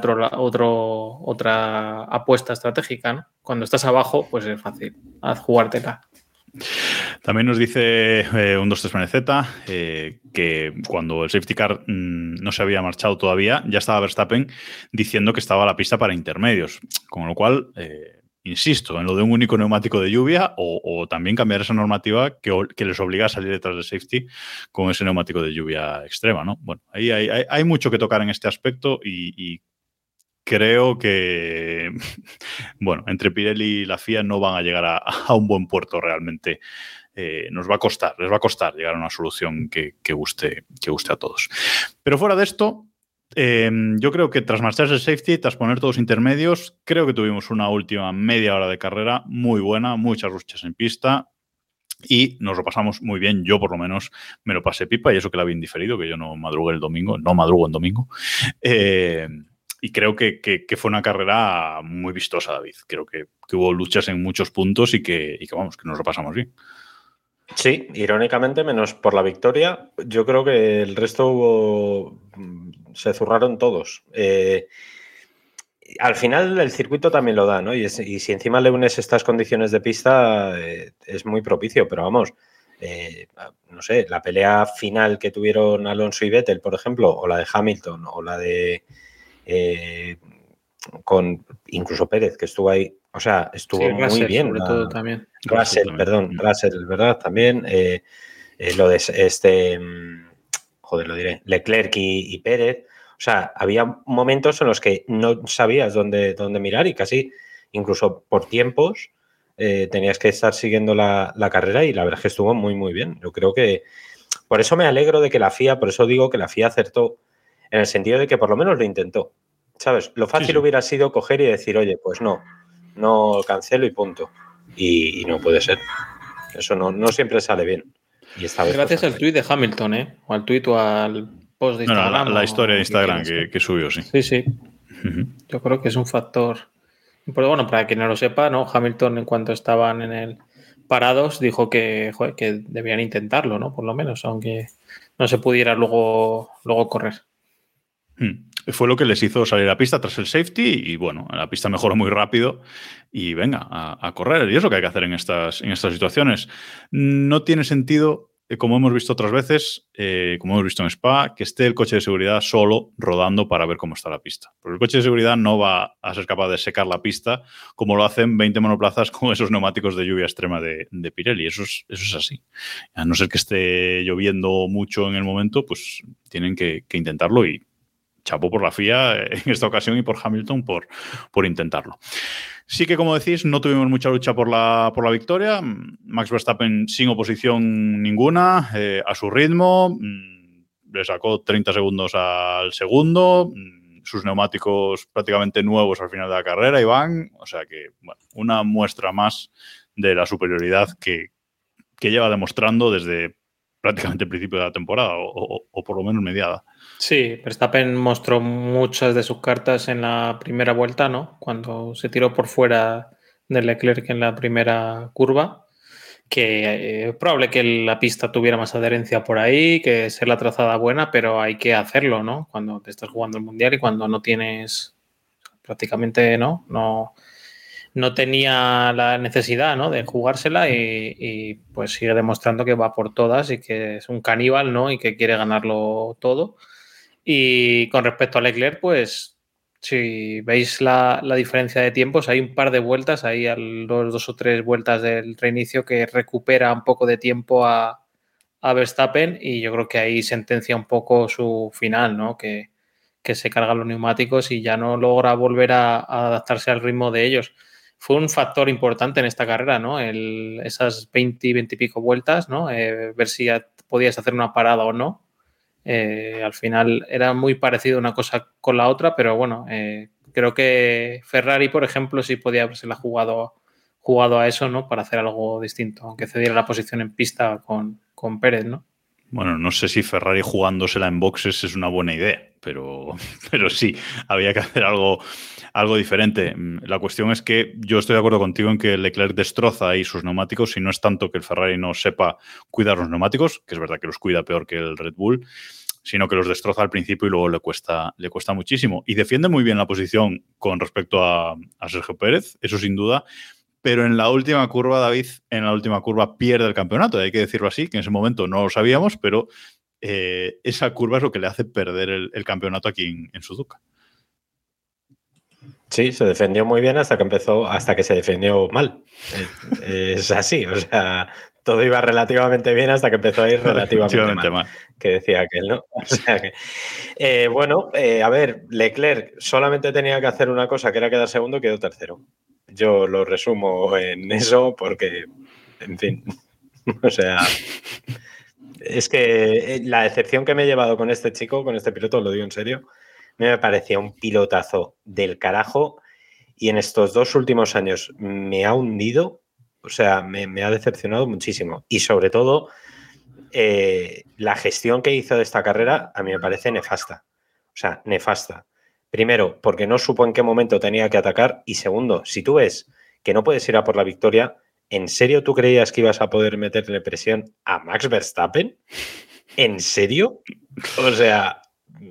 otra apuesta estratégica, ¿no? Cuando estás abajo, pues es fácil jugártela. También nos dice un 2-3 que cuando el safety car no se había marchado todavía, ya estaba Verstappen diciendo que estaba la pista para intermedios. Con lo cual, insisto, en lo de un único neumático de lluvia o también cambiar esa normativa que les obliga a salir detrás del safety con ese neumático de lluvia extrema, ¿no? Bueno, ahí hay mucho que tocar en este aspecto y creo que, bueno, entre Pirelli y la FIA no van a llegar a un buen puerto realmente. Les va a costar llegar a una solución que guste a todos. Pero fuera de esto, yo creo que tras marcharse el safety, tras poner todos intermedios, creo que tuvimos una última media hora de carrera muy buena, muchas luchas en pista y nos lo pasamos muy bien. Yo, por lo menos, me lo pasé pipa y eso que la vi en diferido, que yo no madrugo en domingo. Y creo que fue una carrera muy vistosa, David. Creo que hubo luchas en muchos puntos y que vamos, que nos lo pasamos bien. Sí, irónicamente, menos por la victoria, yo creo que el resto se zurraron todos. Al final el circuito también lo da, ¿no? Y si encima le unes estas condiciones de pista, es muy propicio, pero vamos, no sé, la pelea final que tuvieron Alonso y Vettel, por ejemplo, o la de Hamilton, o la de con incluso Pérez, que estuvo ahí, o sea, estuvo muy Russell, bien. Sobre todo también. Russell, ¿verdad? También lo de lo diré, Leclerc y Pérez. O sea, había momentos en los que no sabías dónde mirar y casi, incluso por tiempos, tenías que estar siguiendo la carrera y la verdad es que estuvo muy, muy bien. Yo creo que por eso me alegro de que la FIA, por eso digo que la FIA acertó en el sentido de que por lo menos lo intentó. ¿Sabes? Lo fácil hubiera sido coger y decir, oye, pues no cancelo y punto. Y no puede ser. Eso no siempre sale bien. Y esta vez gracias al tuit de Hamilton, o al tuit o al post de Instagram. No, la historia de Instagram que subió, sí. Sí. Yo creo que es un factor. Pero bueno, para quien no lo sepa, ¿no? Hamilton, en cuanto estaban en el parados, dijo que debían intentarlo, ¿no? Por lo menos, aunque no se pudiera luego correr. Fue lo que les hizo salir a la pista tras el safety y bueno, la pista mejoró muy rápido y venga, a correr. Y es lo que hay que hacer en estas situaciones. No tiene sentido, como hemos visto otras veces, como hemos visto en Spa, que esté el coche de seguridad solo rodando para ver cómo está la pista. Porque el coche de seguridad no va a ser capaz de secar la pista como lo hacen 20 monoplazas con esos neumáticos de lluvia extrema de Pirelli. Eso es así. A no ser que esté lloviendo mucho en el momento, pues tienen que intentarlo y chapó por la FIA en esta ocasión y por Hamilton por intentarlo. Sí que, como decís, no tuvimos mucha lucha por la victoria. Max Verstappen sin oposición ninguna, a su ritmo. Le sacó 30 segundos al segundo. Sus neumáticos prácticamente nuevos al final de la carrera, Iván. O sea que, bueno, una muestra más de la superioridad que lleva demostrando desde prácticamente el principio de la temporada o por lo menos mediada. Sí, Verstappen mostró muchas de sus cartas en la primera vuelta, ¿no? Cuando se tiró por fuera de Leclerc en la primera curva, que es probable que la pista tuviera más adherencia por ahí, que sea la trazada buena, pero hay que hacerlo, ¿no? Cuando te estás jugando el Mundial y cuando no tienes prácticamente, no tenía la necesidad, ¿no? De jugársela y pues sigue demostrando que va por todas y que es un caníbal, ¿no? Y que quiere ganarlo todo. Y con respecto a Leclerc, pues si veis la diferencia de tiempos, hay un par de vueltas, hay dos o tres vueltas del reinicio que recupera un poco de tiempo a Verstappen y yo creo que ahí sentencia un poco su final, ¿no? Que se cargan los neumáticos y ya no logra volver a adaptarse al ritmo de ellos. fue un factor importante en esta carrera, ¿no? Esas 20 y pico vueltas, ¿no? Ver si ya podías hacer una parada o no. Al final era muy parecido una cosa con la otra, pero bueno, creo que Ferrari, por ejemplo, sí podía haberse jugado a eso, ¿no? Para hacer algo distinto, aunque cediera la posición en pista con Pérez, ¿no? Bueno, no sé si Ferrari jugándosela en boxes es una buena idea, pero sí, había que hacer algo diferente. La cuestión es que yo estoy de acuerdo contigo en que Leclerc destroza ahí sus neumáticos y no es tanto que el Ferrari no sepa cuidar los neumáticos, que es verdad que los cuida peor que el Red Bull, sino que los destroza al principio y luego le cuesta muchísimo. Y defiende muy bien la posición con respecto a Sergio Pérez, eso sin duda. Pero en la última curva, David, pierde el campeonato. Hay que decirlo así, que en ese momento no lo sabíamos, pero esa curva es lo que le hace perder el campeonato aquí en Suzuka. Sí, se defendió muy bien hasta que se defendió mal. Es así, o sea, todo iba relativamente bien hasta que empezó a ir relativamente mal. Que decía aquel, ¿no? O sea que, a ver, Leclerc solamente tenía que hacer una cosa, que era quedar segundo, y quedó tercero. Yo lo resumo en eso porque, en fin, o sea, es que la decepción que me he llevado con este chico, con este piloto, lo digo en serio, me parecía un pilotazo del carajo y en estos 2 últimos años me ha hundido, o sea, me ha decepcionado muchísimo. Y sobre todo, la gestión que hizo de esta carrera a mí me parece nefasta. O sea, nefasta. Primero, porque no supo en qué momento tenía que atacar. Y segundo, si tú ves que no puedes ir a por la victoria, ¿en serio tú creías que ibas a poder meterle presión a Max Verstappen? ¿En serio? O sea,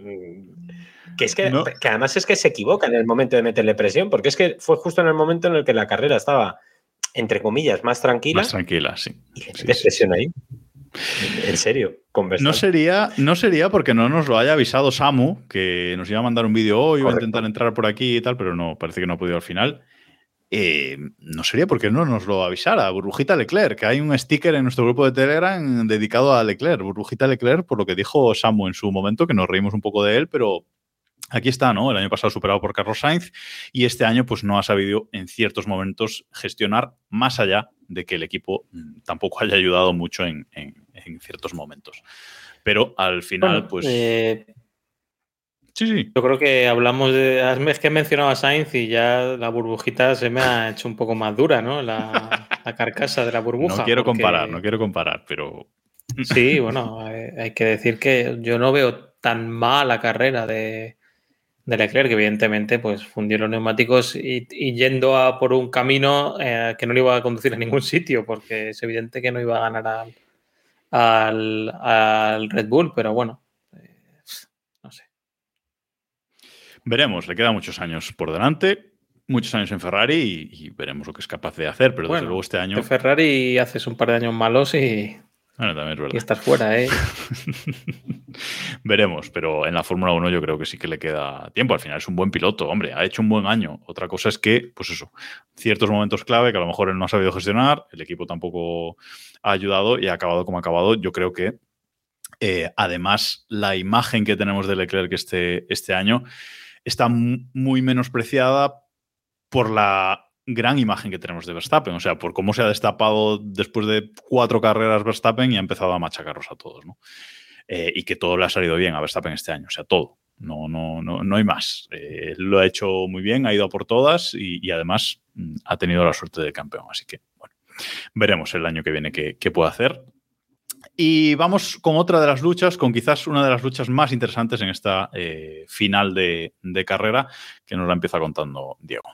que además es que se equivoca en el momento de meterle presión, porque es que fue justo en el momento en el que la carrera estaba, entre comillas, más tranquila. Más tranquila, sí. Y le metes presión ahí. En serio, con Verstappen. No sería porque no nos lo haya avisado Samu, que nos iba a mandar un vídeo hoy, iba a intentar entrar por aquí y tal, pero no, parece que no ha podido al final. No sería porque no nos lo avisara. Burbujita Leclerc, que hay un sticker en nuestro grupo de Telegram dedicado a Leclerc. Burbujita Leclerc, por lo que dijo Samu en su momento, que nos reímos un poco de él, pero aquí está, ¿no? El año pasado superado por Carlos Sainz y este año pues no ha sabido en ciertos momentos gestionar, más allá de que el equipo tampoco haya ayudado mucho en ciertos momentos. Pero al final, bueno, pues... Sí. Yo creo que hablamos de... Es que he mencionado a Sainz y ya la burbujita se me ha hecho un poco más dura, ¿no? La carcasa de la burbuja. No quiero comparar, pero... Sí, bueno, hay que decir que yo no veo tan mala carrera de Leclerc, que evidentemente pues fundió los neumáticos y yendo a por un camino que no le iba a conducir a ningún sitio, porque es evidente que no iba a ganar al Red Bull, pero bueno, no sé. Veremos, le quedan muchos años por delante, muchos años en Ferrari y veremos lo que es capaz de hacer, pero desde luego este año... De Ferrari haces un par de años malos y... Bueno, también es verdad. Y estás fuera, ¿eh? Veremos, pero en la Fórmula 1 yo creo que sí que le queda tiempo. Al final es un buen piloto, hombre, ha hecho un buen año. Otra cosa es que, pues eso, ciertos momentos clave que a lo mejor él no ha sabido gestionar, el equipo tampoco ha ayudado y ha acabado como ha acabado. Yo creo que, además, la imagen que tenemos de Leclerc este año está muy menospreciada por la gran imagen que tenemos de Verstappen, o sea, por cómo se ha destapado después de 4 carreras Verstappen y ha empezado a machacarlos a todos, ¿no? Y que todo le ha salido bien a Verstappen este año, o sea, todo. No hay más. Lo ha hecho muy bien, ha ido a por todas y además ha tenido la suerte de campeón. Así que, bueno, veremos el año que viene qué puede hacer. Y vamos con otra de las luchas, con quizás una de las luchas más interesantes en esta final de carrera, que nos la empieza contando Diego.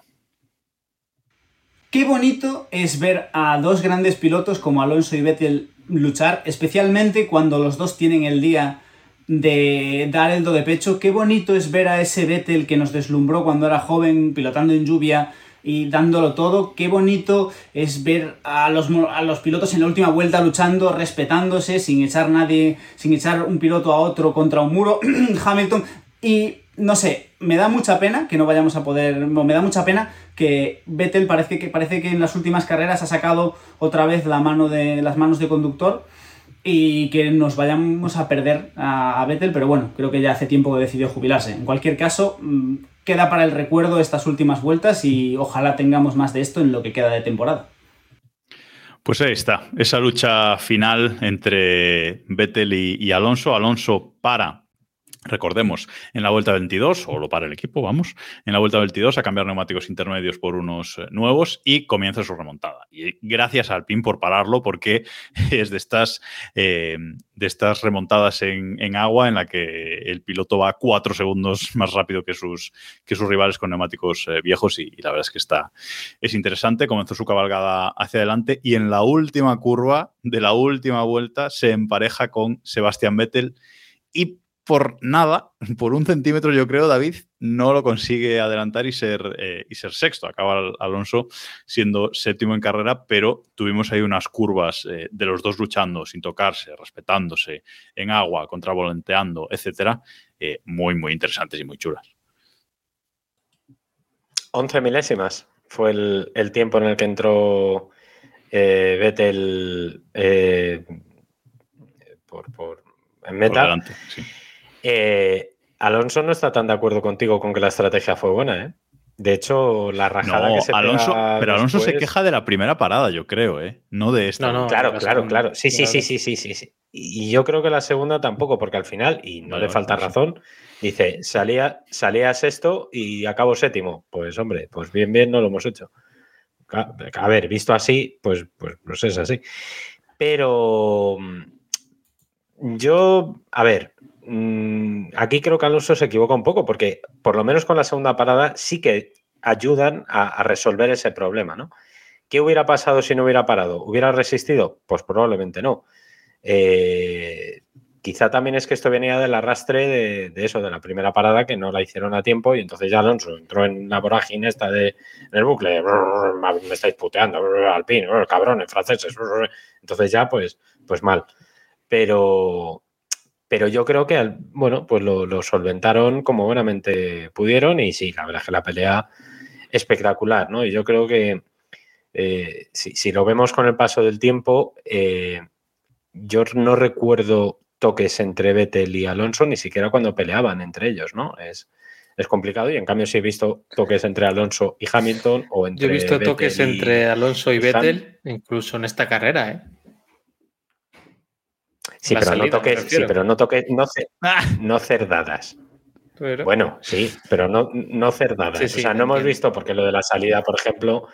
Qué bonito es ver a 2 grandes pilotos como Alonso y Vettel luchar, especialmente cuando los dos tienen el día de dar el do de pecho. Qué bonito es ver a ese Vettel que nos deslumbró cuando era joven, pilotando en lluvia y dándolo todo. Qué bonito es ver a los pilotos en la última vuelta luchando, respetándose, sin echar un piloto a otro contra un muro. Hamilton, y no sé, me da mucha pena que no vayamos a poder... Me da mucha pena que Vettel parece que en las últimas carreras ha sacado otra vez las manos de conductor y que nos vayamos a perder a Vettel, pero bueno, creo que ya hace tiempo que decidió jubilarse. En cualquier caso, queda para el recuerdo estas últimas vueltas y ojalá tengamos más de esto en lo que queda de temporada. Pues ahí está, esa lucha final entre Vettel y Alonso. Alonso para, recordemos, en la vuelta 22, o lo para el equipo, vamos, en la vuelta 22 a cambiar neumáticos intermedios por unos nuevos y comienza su remontada. Y gracias al Alpine por pararlo, porque es de estas remontadas en agua en la que el piloto va 4 segundos más rápido que sus rivales con neumáticos viejos y la verdad es que es interesante. Comenzó su cabalgada hacia adelante y en la última curva de la última vuelta se empareja con Sebastian Vettel y por nada, por 1 centímetro, yo creo, David no lo consigue adelantar y ser sexto. Acaba Alonso siendo 7º en carrera, pero tuvimos ahí unas curvas de los dos luchando, sin tocarse, respetándose, en agua, contravolanteando, etcétera, muy, muy interesantes y muy chulas. 11 milésimas fue el tiempo en el que entró Vettel en meta. Por delante, sí. Alonso no está tan de acuerdo contigo con que la estrategia fue buena, ¿eh? De hecho, la rajada que se Alonso, pega pero Alonso después... se queja de la primera parada, yo creo, no de esta. No, claro. Sí. Y yo creo que la segunda tampoco, porque al final, y no le falta razón, dice, salía sexto y acabo 7º. Pues hombre, pues bien no lo hemos hecho. A ver, visto así, pues es así. Pero yo, a ver, aquí creo que Alonso se equivoca un poco, porque por lo menos con la segunda parada sí que ayudan a resolver ese problema, ¿no? ¿Qué hubiera pasado si no hubiera parado? ¿Hubiera resistido? Pues probablemente no. Quizá también es que esto venía del arrastre de eso, de la primera parada, que no la hicieron a tiempo y entonces ya Alonso entró en la vorágine esta en el bucle, me estáis puteando, Alpine, cabrones, franceses, entonces ya pues mal. Pero yo creo que, bueno, pues lo solventaron como buenamente pudieron y sí, la verdad es que la pelea espectacular, ¿no? Y yo creo que si lo vemos con el paso del tiempo, yo no recuerdo toques entre Vettel y Alonso ni siquiera cuando peleaban entre ellos, ¿no? Es complicado y en cambio sí he visto toques entre Alonso y Hamilton o entre... Yo he visto Vettel toques entre Alonso y Vettel incluso en esta carrera, ¿eh? Sí, pero no toques, no cerdadas. Pero... Bueno, sí, pero no cerdadas. Sí, o sea, no hemos visto, porque lo de la salida, por ejemplo,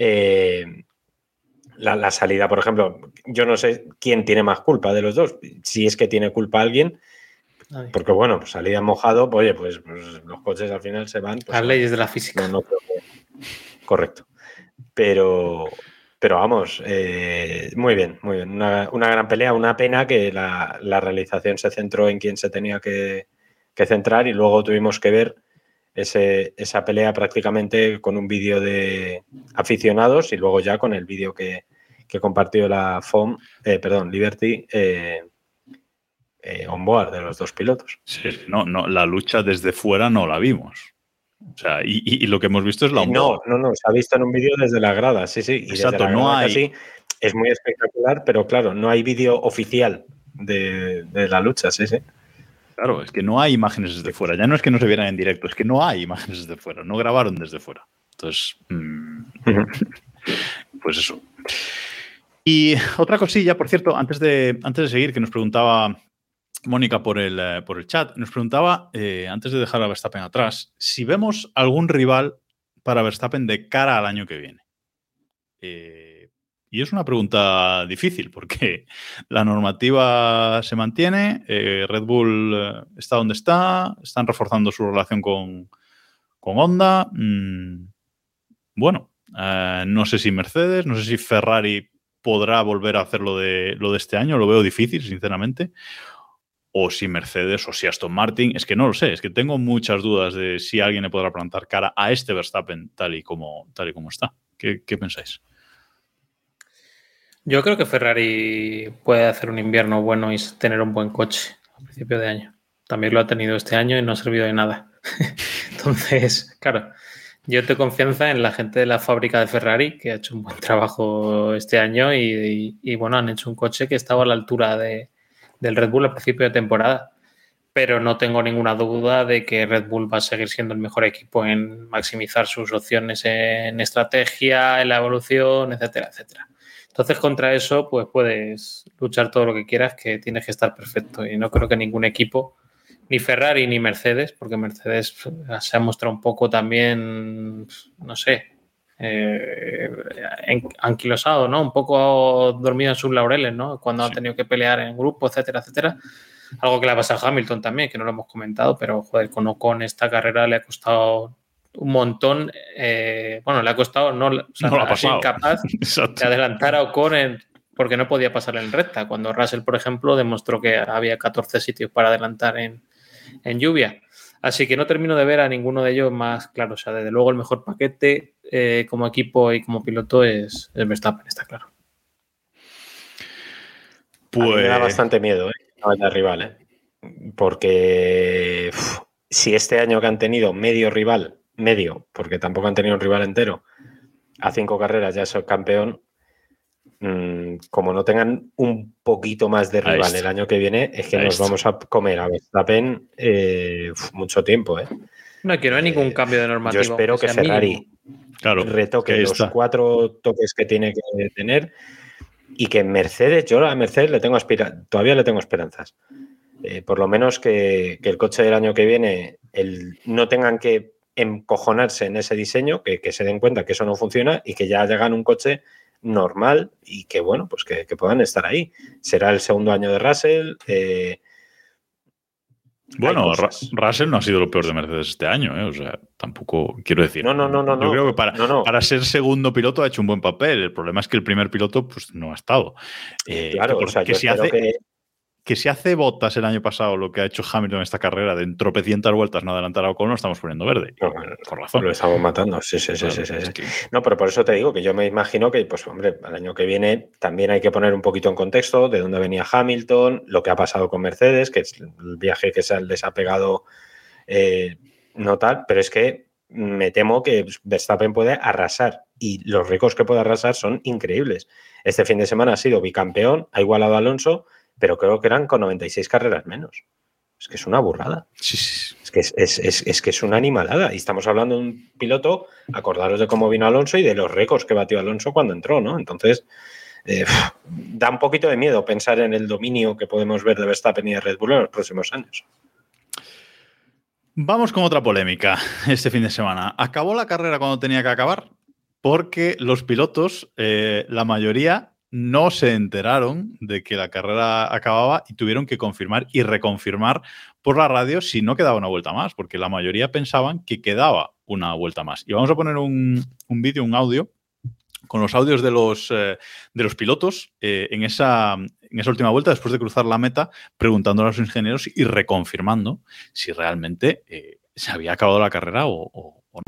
la salida, por ejemplo, yo no sé quién tiene más culpa de los dos. Si es que tiene culpa alguien, porque bueno, pues salida mojado, pues, oye, pues los coches al final se van. Pues, las leyes de la física. No creo que... Correcto. Pero vamos, muy bien. Una gran pelea, una pena que la realización se centró en quien se tenía que centrar y luego tuvimos que ver esa pelea prácticamente con un vídeo de aficionados y luego ya con el vídeo que compartió la Liberty on board de los dos pilotos. Sí, no, la lucha desde fuera no la vimos. O sea, y lo que hemos visto es la on-board. No, se ha visto en un vídeo desde la grada, sí. Y exacto, desde la grada casi es muy espectacular, pero claro, no hay vídeo oficial de la lucha, sí. Claro, es que no hay imágenes desde fuera. Ya no es que no se vieran en directo, es que no hay imágenes desde fuera. No grabaron desde fuera. Entonces, pues eso. Y otra cosilla, por cierto, antes de seguir, que nos preguntaba Mónica por el chat, nos preguntaba, antes de dejar a Verstappen atrás, si vemos algún rival para Verstappen de cara al año que viene. Y es una pregunta difícil porque la normativa se mantiene, Red Bull está donde está, están reforzando su relación con Honda. Bueno, no sé si Mercedes, no sé si Ferrari podrá volver a hacer lo de este año, lo veo difícil, sinceramente. O si Mercedes o si Aston Martin, es que no lo sé, es que tengo muchas dudas de si alguien le podrá plantar cara a este Verstappen tal y como está. ¿Qué pensáis? Yo creo que Ferrari puede hacer un invierno bueno y tener un buen coche a principio de año. También lo ha tenido este año y no ha servido de nada. Entonces, claro, Yo tengo confianza en la gente de la fábrica de Ferrari, que ha hecho un buen trabajo este año y bueno, han hecho un coche que estaba a la altura del Red Bull al principio de temporada. Pero no tengo ninguna duda de que Red Bull va a seguir siendo el mejor equipo en maximizar sus opciones en estrategia, en la evolución, etcétera, etcétera. Entonces, contra eso, pues puedes luchar todo lo que quieras, que tienes que estar perfecto. Y no creo que ningún equipo, ni Ferrari ni Mercedes, porque Mercedes se ha mostrado un poco también, no sé, anquilosado, ¿no? Un poco dormido en sus laureles, ¿no? Cuando han tenido que pelear en grupo, etcétera, etcétera. Algo que le ha pasado a Hamilton también, que no lo hemos comentado, pero joder, con Ocon esta carrera le ha costado un montón. Bueno, le ha costado, no lo ha pasado. Incapaz de adelantar a Ocon porque no podía pasar en recta. Cuando Russell, por ejemplo, demostró que había 14 sitios para adelantar en lluvia. Así que no termino de ver a ninguno de ellos más claro. O sea, desde luego el mejor paquete como equipo y como piloto es Verstappen, está claro. Pues... A mí me da bastante miedo, la rival, porque si este año que han tenido medio, porque tampoco han tenido un rival entero, a 5 carreras ya es el campeón, como no tengan un poquito más de rival el año que viene, es que nos vamos a comer a Verstappen mucho tiempo. No, que no hay ningún cambio de normativa. Yo espero que Ferrari retoque los 4 toques que tiene que tener. Y que Mercedes, yo a Mercedes todavía le tengo esperanzas. Por lo menos que el coche del año que viene no tengan que encojonarse en ese diseño, que se den cuenta que eso no funciona y que ya hagan un coche normal y que, bueno, pues que puedan estar ahí. Será el segundo año de Russell. Bueno, Russell no ha sido lo peor de Mercedes este año, o sea, tampoco quiero decir. No. Yo creo que para ser segundo piloto ha hecho un buen papel. El problema es que el primer piloto pues no ha estado. Claro, o sea, yo espero que si hace Bottas el año pasado lo que ha hecho Hamilton en esta carrera de en tropecientas vueltas no adelantar a Ocon, lo estamos poniendo verde. Por razón. Lo estamos matando, sí. No, pero por eso te digo que yo me imagino que, pues hombre, al año que viene también hay que poner un poquito en contexto de dónde venía Hamilton, lo que ha pasado con Mercedes, que es el viaje que se les ha pegado no tal, pero es que me temo que Verstappen puede arrasar y los récords que puede arrasar son increíbles. Este fin de semana ha sido bicampeón, ha igualado a Alonso, pero creo que eran con 96 carreras menos. Es que es una burrada. Sí. Es que es una animalada. Y estamos hablando de un piloto, acordaros de cómo vino Alonso y de los récords que batió Alonso cuando entró, ¿no? Entonces, da un poquito de miedo pensar en el dominio que podemos ver de Verstappen y de Red Bull en los próximos años. Vamos con otra polémica este fin de semana. ¿Acabó la carrera cuando tenía que acabar? Porque los pilotos, la mayoría, no se enteraron de que la carrera acababa y tuvieron que confirmar y reconfirmar por la radio si no quedaba una vuelta más, porque la mayoría pensaban que quedaba una vuelta más. Y vamos a poner un vídeo, un audio, con los audios de los pilotos en esa última vuelta, después de cruzar la meta, preguntando a los ingenieros y reconfirmando si realmente se había acabado la carrera o no.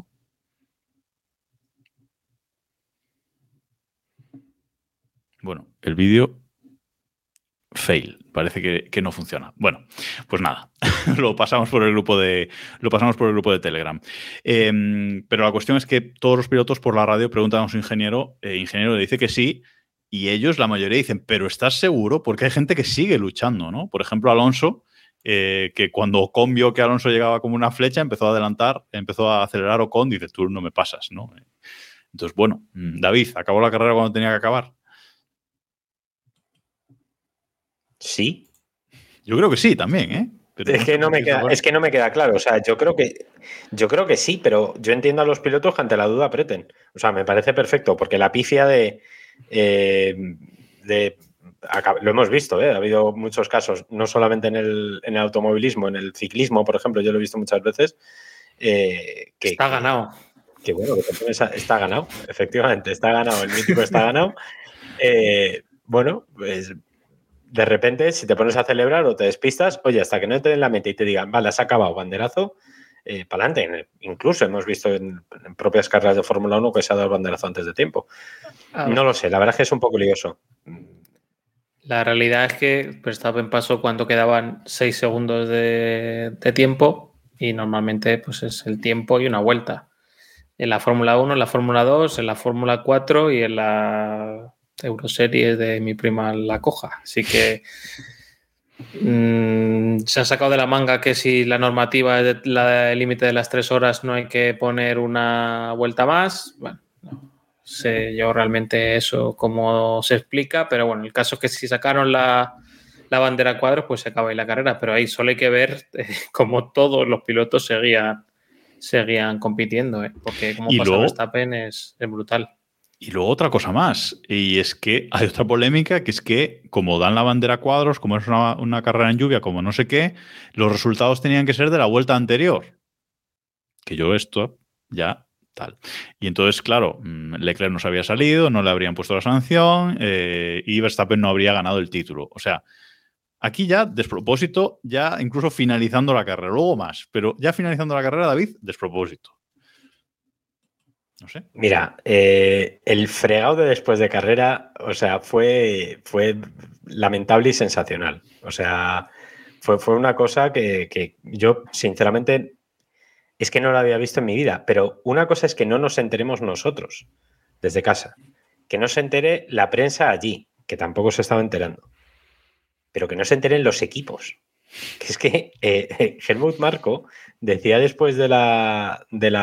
Bueno, el vídeo fail. Parece que no funciona. Bueno, pues nada. lo pasamos por el grupo de Telegram. Pero la cuestión es que todos los pilotos por la radio preguntan a su ingeniero. El ingeniero le dice que sí. Y ellos, la mayoría, dicen, ¿pero estás seguro? Porque hay gente que sigue luchando, ¿no? Por ejemplo, Alonso, que cuando Ocon vio que Alonso llegaba como una flecha, empezó a adelantar, empezó a acelerar Ocon, dice, tú no me pasas, ¿no? Entonces, bueno, David, ¿acabó la carrera cuando tenía que acabar? Sí. Yo creo que sí también, ¿eh? Pero es que no me queda claro. O sea, yo creo que sí, pero yo entiendo a los pilotos que ante la duda aprieten. O sea, me parece perfecto, porque la pifia lo hemos visto, ha habido muchos casos, no solamente en el automovilismo, en el ciclismo, por ejemplo, yo lo he visto muchas veces. Está ganado. Que bueno, está ganado, efectivamente, está ganado, el mítico está ganado. Bueno, pues de repente, si te pones a celebrar o te despistas, oye, hasta que no te den la mente y te digan, vale, has acabado, banderazo, para adelante. Incluso hemos visto en propias carreras de Fórmula 1 que se ha dado el banderazo antes de tiempo. No lo sé, la verdad es que es un poco lioso. La realidad es que Verstappen pasó cuando quedaban 6 segundos de tiempo y normalmente pues es el tiempo y una vuelta. en la Fórmula 1, en la Fórmula 2, en la Fórmula 4 y en la Euroseries de mi prima La Coja. Así que se han sacado de la manga que si la normativa es el límite de las 3 horas no hay que poner una vuelta más. Bueno, no sé yo realmente eso cómo se explica, pero bueno, el caso es que si sacaron la bandera a cuadros, pues se acaba ahí la carrera, pero ahí solo hay que ver cómo todos los pilotos seguían compitiendo, porque como pasa Verstappen es brutal. Y luego otra cosa más, y es que hay otra polémica, que es que como dan la bandera a cuadros, como es una carrera en lluvia, como no sé qué, los resultados tenían que ser de la vuelta anterior. Que yo esto ya tal. Y entonces, claro, Leclerc no se había salido, no le habrían puesto la sanción y Verstappen no habría ganado el título. O sea, aquí ya despropósito, ya incluso finalizando la carrera, luego más, pero ya finalizando la carrera, David, despropósito. No sé. Mira, el fregado de después de carrera, o sea, fue lamentable y sensacional. O sea, fue una cosa que yo, sinceramente, es que no la había visto en mi vida. Pero una cosa es que no nos enteremos nosotros desde casa. Que no se entere la prensa allí, que tampoco se estaba enterando. Pero que no se enteren los equipos. Que es que Helmut Marko decía después de la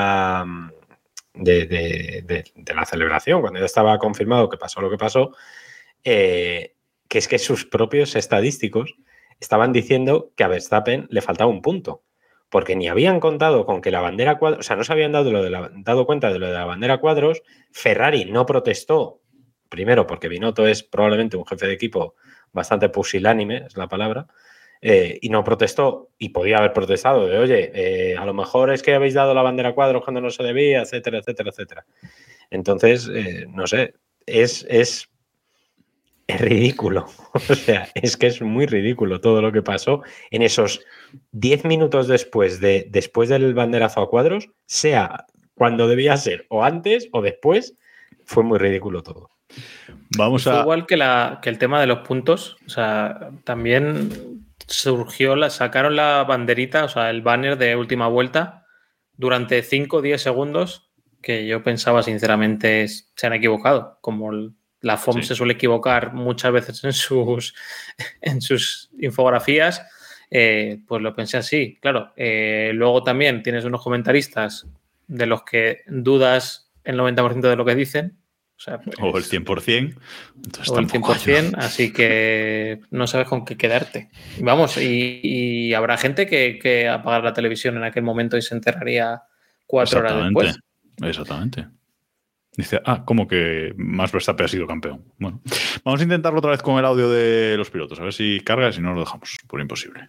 celebración, cuando ya estaba confirmado que pasó lo que pasó, que es que sus propios estadísticos estaban diciendo que a Verstappen le faltaba un punto, porque ni habían contado con que la bandera cuadros, o sea, no se habían dado cuenta de lo de la bandera cuadros. Ferrari no protestó, primero porque Binotto es probablemente un jefe de equipo bastante pusilánime, es la palabra, y no protestó, y podía haber protestado de, oye, a lo mejor es que habéis dado la bandera a cuadros cuando no se debía, etcétera, etcétera, etcétera. Entonces, no sé, es ridículo. O sea, es que es muy ridículo todo lo que pasó en esos 10 minutos después del banderazo a cuadros, sea cuando debía ser, o antes o después, fue muy ridículo todo. Fue igual que el tema de los puntos, o sea, también sacaron la banderita, o sea, el banner de última vuelta durante 5 o 10 segundos, que yo pensaba sinceramente se han equivocado, como la FOM se suele equivocar muchas veces en sus infografías, pues lo pensé así, claro. Luego también tienes unos comentaristas de los que dudas el 90% de lo que dicen. O sea, pues, o el 100%. Entonces, o el 100%, así que no sabes con qué quedarte. Vamos, y habrá gente que apagará la televisión en aquel momento y se enteraría 4 horas después. Exactamente. Dice, ¿cómo que Max Verstappen ha sido campeón? Bueno, vamos a intentarlo otra vez con el audio de los pilotos, a ver si carga y si no lo dejamos por imposible.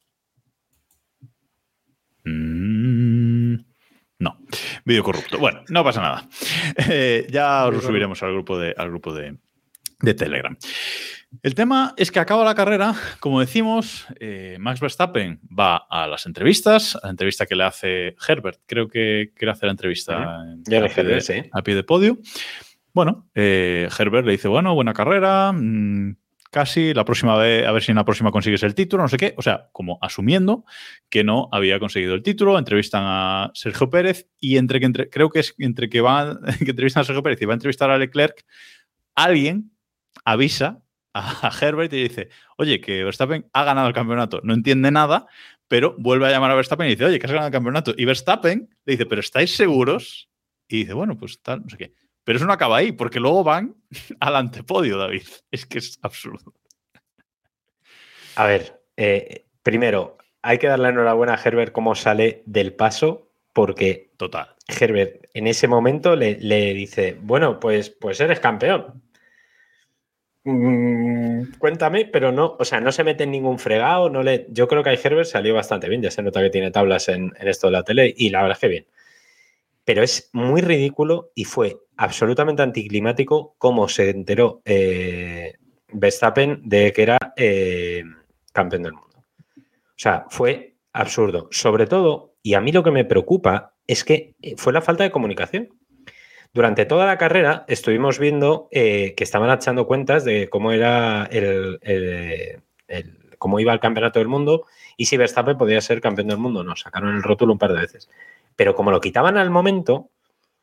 No, vídeo corrupto. Bueno, no pasa nada. Ya os lo subiremos al grupo de Telegram. El tema es que acaba la carrera, como decimos, Max Verstappen va a las entrevistas, a la entrevista que le hace Herbert, creo que le hace la entrevista a pie de podio. Bueno, Herbert le dice, bueno, buena carrera, casi, la próxima vez, a ver si en la próxima consigues el título, no sé qué. O sea, como asumiendo que no había conseguido el título, entrevistan a Sergio Pérez y creo que es entre que entrevistan a Sergio Pérez y va a entrevistar a Leclerc, alguien avisa a Herbert y dice, oye, que Verstappen ha ganado el campeonato. No entiende nada, pero vuelve a llamar a Verstappen y dice, oye, que has ganado el campeonato. Y Verstappen le dice, ¿pero estáis seguros? Y dice, bueno, pues tal, no sé qué. Pero eso no acaba ahí, porque luego van al antepodio, David. Es que es absurdo. A ver, primero, hay que darle la enhorabuena a Herbert cómo sale del paso, porque total. Herbert en ese momento le dice, bueno, pues eres campeón. Cuéntame, pero no, o sea, no se mete en ningún fregado. Yo creo que a Herbert salió bastante bien, ya se nota que tiene tablas en esto de la tele y la verdad es que bien. Pero es muy ridículo y fue absolutamente anticlimático cómo se enteró Verstappen de que era campeón del mundo. O sea, fue absurdo. Sobre todo, y a mí lo que me preocupa es que fue la falta de comunicación. Durante toda la carrera estuvimos viendo que estaban echando cuentas de cómo era cómo iba el campeonato del mundo y si Verstappen podía ser campeón del mundo. No, sacaron el rótulo un par de veces. Pero como lo quitaban al momento,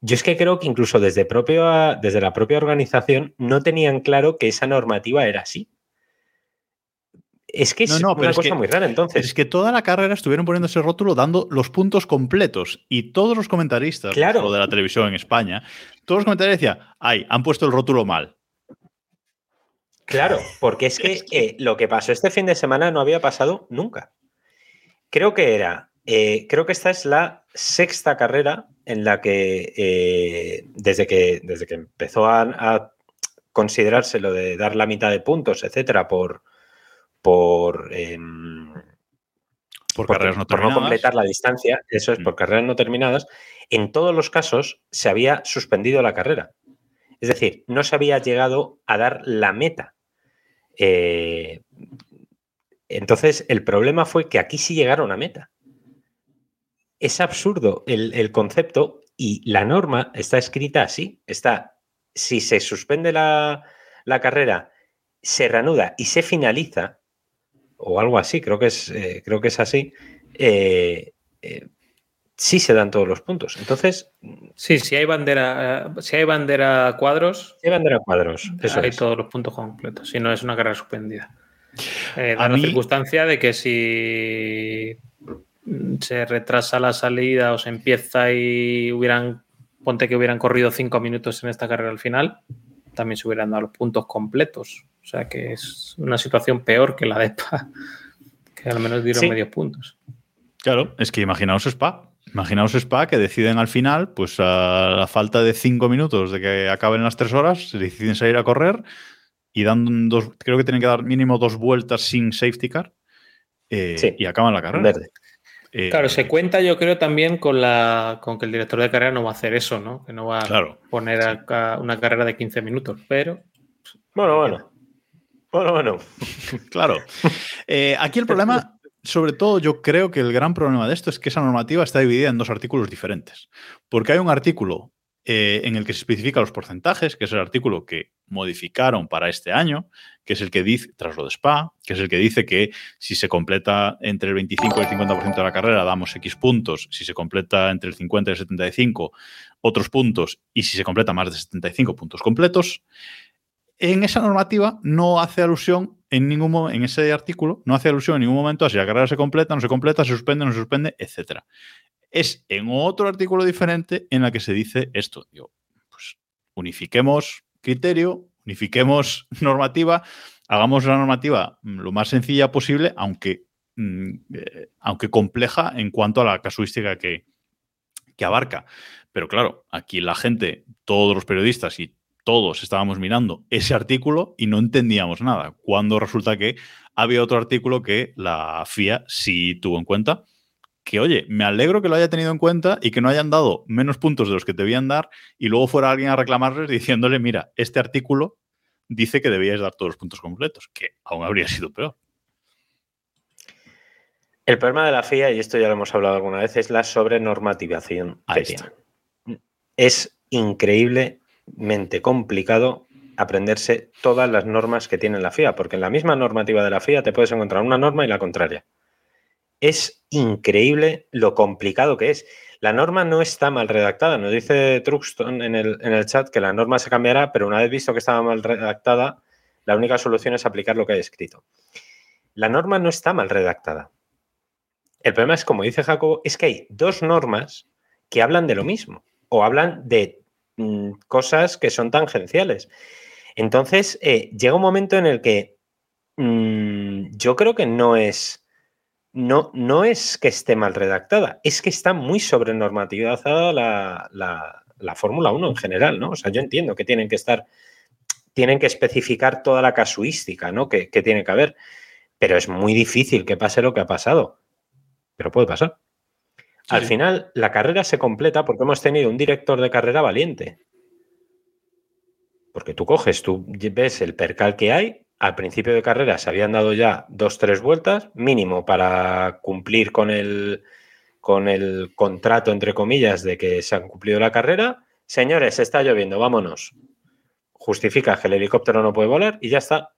Yo es que creo que incluso desde la propia organización no tenían claro que esa normativa era así. Es que es una cosa muy rara, entonces. Es que toda la carrera estuvieron poniendo ese rótulo dando los puntos completos y todos los comentaristas de la televisión en España, todos los comentarios decían, han puesto el rótulo mal. Claro, porque es que lo que pasó este fin de semana no había pasado nunca. Creo que esta es la sexta carrera en la que desde que empezó a considerarse lo de dar la mitad de puntos, etcétera, por carreras no terminadas. Por no completar la distancia, eso es, por carreras no terminadas, en todos los casos se había suspendido la carrera. Es decir, no se había llegado a dar la meta. Entonces, el problema fue que aquí sí llegaron a meta. Es absurdo el concepto y la norma está escrita así. Si se suspende la carrera, se reanuda y se finaliza, o algo así, creo que es así, sí se dan todos los puntos. Entonces. Sí, si hay bandera cuadros. Si hay bandera cuadros, eso hay es. todos los puntos completos. Si no es una carrera suspendida. Da la circunstancia de que si se retrasa la salida o se empieza y ponte que hubieran corrido 5 minutos en esta carrera al final, también se hubieran dado los puntos completos. O sea que es una situación peor que la de Spa, que al menos dieron medios puntos. Claro, es que imaginaos Spa que deciden al final, pues a la falta de 5 minutos de que acaben las 3 horas, se deciden salir a correr y dan creo que tienen que dar mínimo 2 vueltas sin safety car y acaban la carrera. Verde. Claro, se cuenta yo creo también con que el director de carrera no va a hacer eso, ¿no? Que no va a poner una carrera de 15 minutos, pero. Bueno. Claro. Aquí el problema, sobre todo, yo creo que el gran problema de esto es que esa normativa está dividida en 2 artículos diferentes. Porque hay un artículo en el que se especifica los porcentajes, que es el artículo que modificaron para este año, que es el que dice, tras lo de Spa, que es el que dice que si se completa entre el 25 y el 50% de la carrera damos X puntos, si se completa entre el 50 y el 75 otros puntos y si se completa más de 75 puntos completos. En esa normativa no hace alusión en ese artículo, no hace alusión en ningún momento a si la carrera se completa, no se completa, se suspende, no se suspende, etc. Es en otro artículo diferente en la que se dice esto. Digo, pues unifiquemos criterio, unifiquemos normativa, hagamos la normativa lo más sencilla posible, aunque compleja en cuanto a la casuística que abarca. Pero claro, aquí la gente, todos los periodistas y todos estábamos mirando ese artículo y no entendíamos nada, cuando resulta que había otro artículo que la FIA sí tuvo en cuenta. Que, oye, me alegro que lo haya tenido en cuenta y que no hayan dado menos puntos de los que te debían dar y luego fuera alguien a reclamarles diciéndole, mira, este artículo dice que debíais dar todos los puntos completos, que aún habría sido peor. El problema de la FIA, y esto ya lo hemos hablado alguna vez, es la sobrenormativación. Ahí está. Es increíblemente complicado aprenderse todas las normas que tiene la FIA, porque en la misma normativa de la FIA te puedes encontrar una norma y la contraria. Es increíble lo complicado que es. La norma no está mal redactada. Nos dice Truxton en el chat que la norma se cambiará, pero una vez visto que estaba mal redactada, la única solución es aplicar lo que hay escrito. La norma no está mal redactada. El problema es, como dice Jacobo, es que hay 2 normas que hablan de lo mismo o hablan de cosas que son tangenciales. Entonces, llega un momento en el que yo creo que no es que esté mal redactada, es que está muy sobrenormativizada la Fórmula 1 en general, ¿no? O sea, yo entiendo que tienen que especificar toda la casuística, ¿no? que tiene que haber, pero es muy difícil que pase lo que ha pasado. Pero puede pasar. Al final, la carrera se completa porque hemos tenido un director de carrera valiente. Porque tú ves el percal que hay. Al principio de carrera se habían dado ya 2-3 vueltas, mínimo para cumplir con el contrato, entre comillas, de que se han cumplido la carrera. Señores, está lloviendo, vámonos. Justifica que el helicóptero no puede volar y ya está.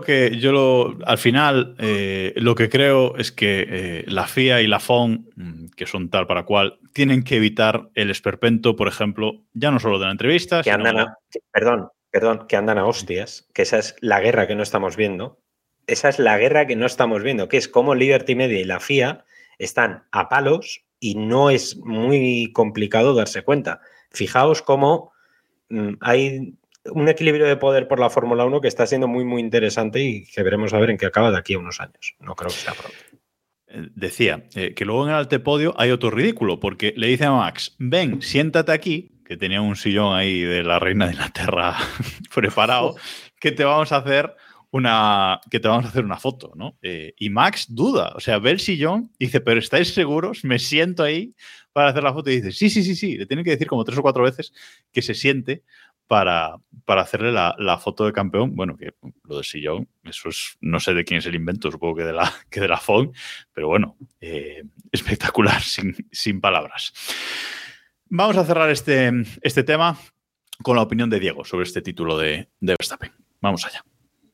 Al final, lo que creo es que la FIA y la FOM que son tal para cual, tienen que evitar el esperpento, por ejemplo, ya no solo de la entrevista, que andan que andan a hostias, que esa es la guerra que no estamos viendo. Esa es la guerra que no estamos viendo, que es como Liberty Media y la FIA están a palos y no es muy complicado darse cuenta. Fijaos cómo hay un equilibrio de poder por la Fórmula 1 que está siendo muy, muy interesante y que veremos a ver en qué acaba de aquí a unos años. No creo que sea pronto. Decía que luego en el antepodio hay otro ridículo, porque le dice a Max, ven, siéntate aquí, que tenía un sillón ahí de la reina de Inglaterra preparado, que te vamos a hacer una foto, ¿no? Y Max duda, o sea, ve el sillón y dice, pero ¿estáis seguros? Me siento ahí para hacer la foto y dice, sí, le tienen que decir como 3 o 4 veces que se siente para hacerle la foto de campeón. Bueno, que lo del sillón, eso es, no sé de quién es el invento, supongo que de la FON, pero bueno, espectacular, sin palabras. Vamos a cerrar este tema con la opinión de Diego sobre este título de Verstappen. Vamos allá.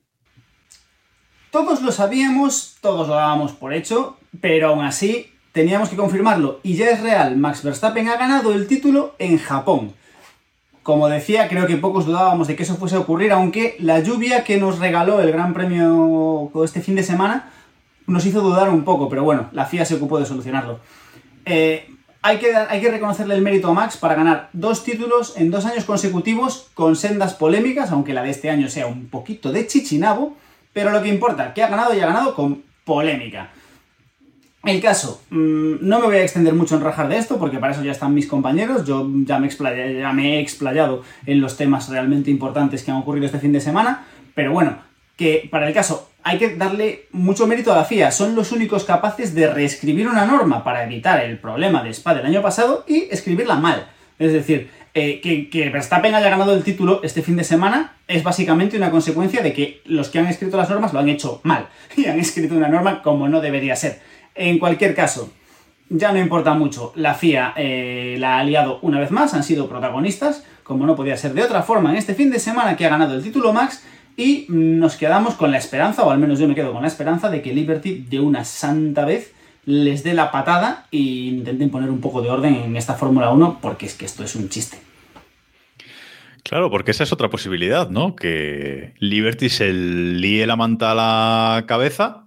Todos lo sabíamos, todos lo dábamos por hecho, pero aún así teníamos que confirmarlo. Y ya es real, Max Verstappen ha ganado el título en Japón. Como decía, creo que pocos dudábamos de que eso fuese a ocurrir, aunque la lluvia que nos regaló el Gran Premio este fin de semana nos hizo dudar un poco, pero bueno, la FIA se ocupó de solucionarlo. Hay que reconocerle el mérito a Max para ganar 2 títulos en 2 años consecutivos con sendas polémicas, aunque la de este año sea un poquito de chichinabo, pero lo que importa, que ha ganado y ha ganado con polémica. El caso, no me voy a extender mucho en rajar de esto, porque para eso ya están mis compañeros. Yo ya me he explayado en los temas realmente importantes que han ocurrido este fin de semana, pero bueno, que para el caso hay que darle mucho mérito a la FIA. Son los únicos capaces de reescribir una norma para evitar el problema de Spa del año pasado y escribirla mal. Es decir, que Verstappen haya ganado el título este fin de semana es básicamente una consecuencia de que los que han escrito las normas lo han hecho mal y han escrito una norma como no debería ser. En cualquier caso, ya no importa mucho. La FIA la ha liado una vez más, han sido protagonistas, como no podía ser de otra forma, en este fin de semana que ha ganado el título Max, y nos quedamos con la esperanza, o al menos yo me quedo con la esperanza, de que Liberty de una santa vez les dé la patada e intenten poner un poco de orden en esta Fórmula 1, porque es que esto es un chiste. Claro, porque esa es otra posibilidad, ¿no? Que Liberty se líe la manta a la cabeza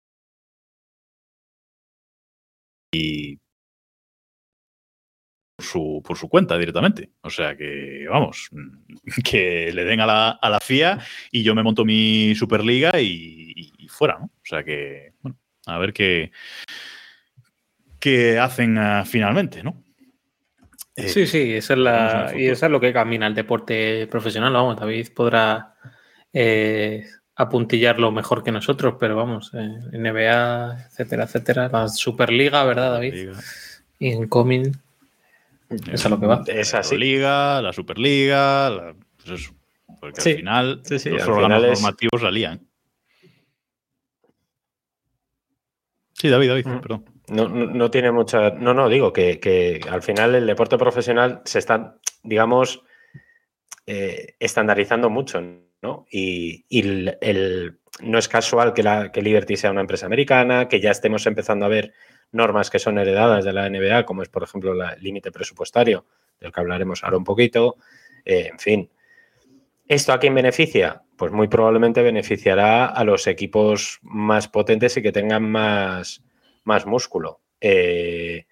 y por su cuenta directamente. O sea que, vamos, que le den a la FIA y yo me monto mi Superliga y fuera, ¿no? O sea que, bueno, a ver qué hacen finalmente, ¿no? Sí, esa es lo que camina el deporte profesional. Vamos, David podrá apuntillarlo mejor que nosotros, pero vamos, NBA, etcétera, la Superliga, ¿verdad, David? Incoming, esa es lo que va. Es así. La Superliga, pues eso. Porque al final los órganos normativos la lían. Sí, David, perdón. No tiene mucha... No, digo que al final el deporte profesional se está, digamos, estandarizando mucho, ¿no? Y no es casual que Liberty sea una empresa americana, que ya estemos empezando a ver normas que son heredadas de la NBA, como es, por ejemplo, el límite presupuestario, del que hablaremos ahora un poquito. En fin. ¿Esto a quién beneficia? Pues muy probablemente beneficiará a los equipos más potentes y que tengan más músculo. ¿Esto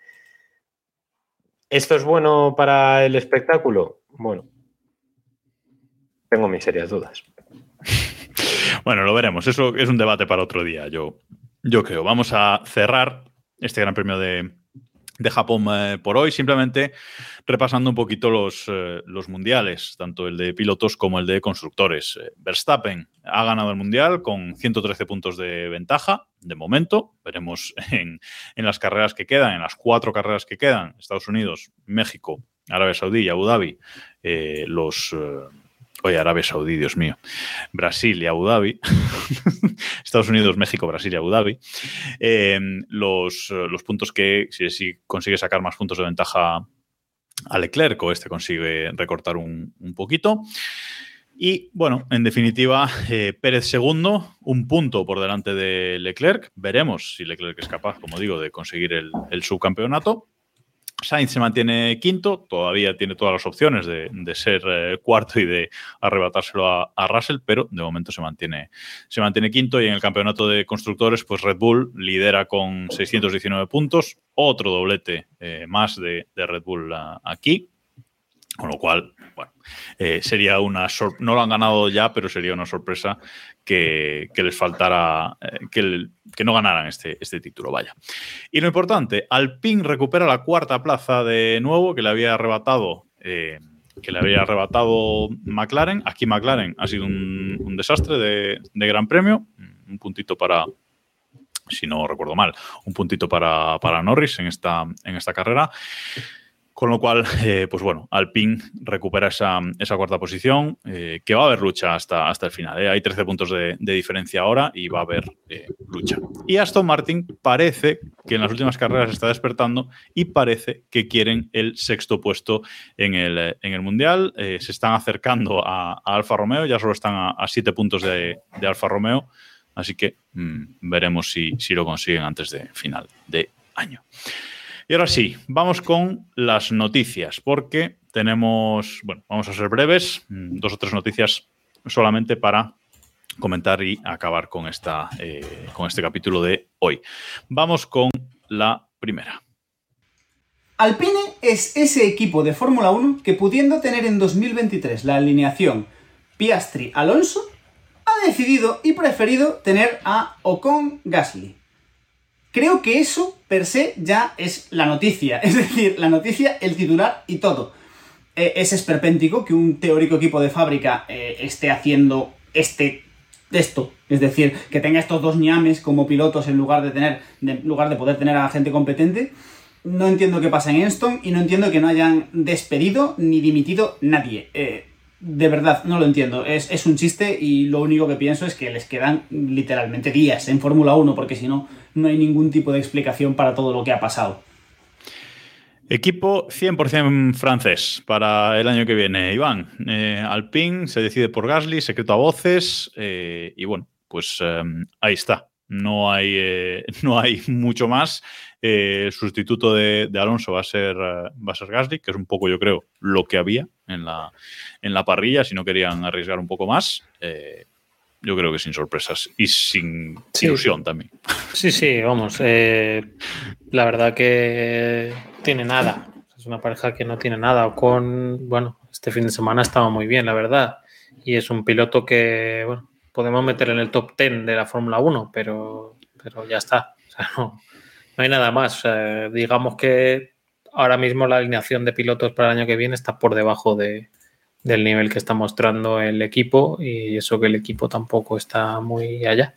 es bueno para el espectáculo? Bueno, tengo mis serias dudas. Bueno, lo veremos. Eso es un debate para otro día, yo creo. Vamos a cerrar este Gran Premio de Japón por hoy, simplemente repasando un poquito los mundiales, tanto el de pilotos como el de constructores. Verstappen ha ganado el mundial con 113 puntos de ventaja, de momento. Veremos en las carreras que quedan, en las 4 carreras que quedan, Estados Unidos, México, Arabia Saudí y Abu Dhabi, Arabia Saudí, Dios mío. Brasil y Abu Dhabi. Estados Unidos, México, Brasil y Abu Dhabi. Los puntos que, si consigue sacar más puntos de ventaja a Leclerc, o consigue recortar un poquito. Y bueno, en definitiva, Pérez segundo, un punto por delante de Leclerc. Veremos si Leclerc es capaz, como digo, de conseguir el subcampeonato. Sainz se mantiene quinto, todavía tiene todas las opciones de ser cuarto y de arrebatárselo a Russell, pero de momento se mantiene quinto. Y en el campeonato de constructores, pues Red Bull lidera con 619 puntos, otro doblete más de Red Bull aquí. Con lo cual, bueno, sería no lo han ganado ya, pero sería una sorpresa que les faltara, que no ganaran este título, vaya. Y lo importante, Alpine recupera la cuarta plaza de nuevo, que le había arrebatado McLaren. Aquí McLaren ha sido un desastre de Gran Premio. Un puntito para, si no recuerdo mal, un puntito para Norris en esta carrera. Con lo cual, pues bueno, Alpine recupera esa cuarta posición, que va a haber lucha hasta el final. Hay 13 puntos de diferencia ahora y va a haber lucha. Y Aston Martin parece que en las últimas carreras se está despertando y parece que quieren el sexto puesto en el Mundial. Se están acercando a Alfa Romeo, ya solo están a 7 puntos de Alfa Romeo, así que veremos si lo consiguen antes de final de año. Y ahora sí, vamos con las noticias, porque tenemos, bueno, vamos a ser breves, 2 o 3 noticias solamente para comentar y acabar con este capítulo de hoy. Vamos con la primera. Alpine es ese equipo de Fórmula 1 que, pudiendo tener en 2023 la alineación Piastri-Alonso, ha decidido y preferido tener a Ocon-Gasly. Creo que eso, per se, ya es la noticia. Es decir, la noticia, el titular y todo. Es esperpéntico que un teórico equipo de fábrica esté haciendo esto. Es decir, que tenga estos 2 ñames como pilotos en lugar de poder tener a gente competente. No entiendo qué pasa en Enston y no entiendo que no hayan despedido ni dimitido nadie. De verdad, no lo entiendo. Es un chiste y lo único que pienso es que les quedan literalmente días en Fórmula 1, porque si no, no hay ningún tipo de explicación para todo lo que ha pasado. Equipo 100% francés para el año que viene. Iván, Alpine se decide por Gasly, secreto a voces, y bueno, pues ahí está. No hay mucho más. El sustituto de Alonso va a ser Gasly, que es un poco, yo creo, lo que había en la parrilla, si no querían arriesgar un poco más. Yo creo que sin sorpresas y sin ilusión también. Sí, vamos. La verdad que tiene nada. Es una pareja que no tiene nada. Bueno, este fin de semana estaba muy bien, la verdad. Y es un piloto que, bueno, podemos meter en el top 10 de la Fórmula 1, pero ya está. O sea, no hay nada más. Digamos que ahora mismo la alineación de pilotos para el año que viene está por debajo del nivel que está mostrando el equipo, y eso que el equipo tampoco está muy allá.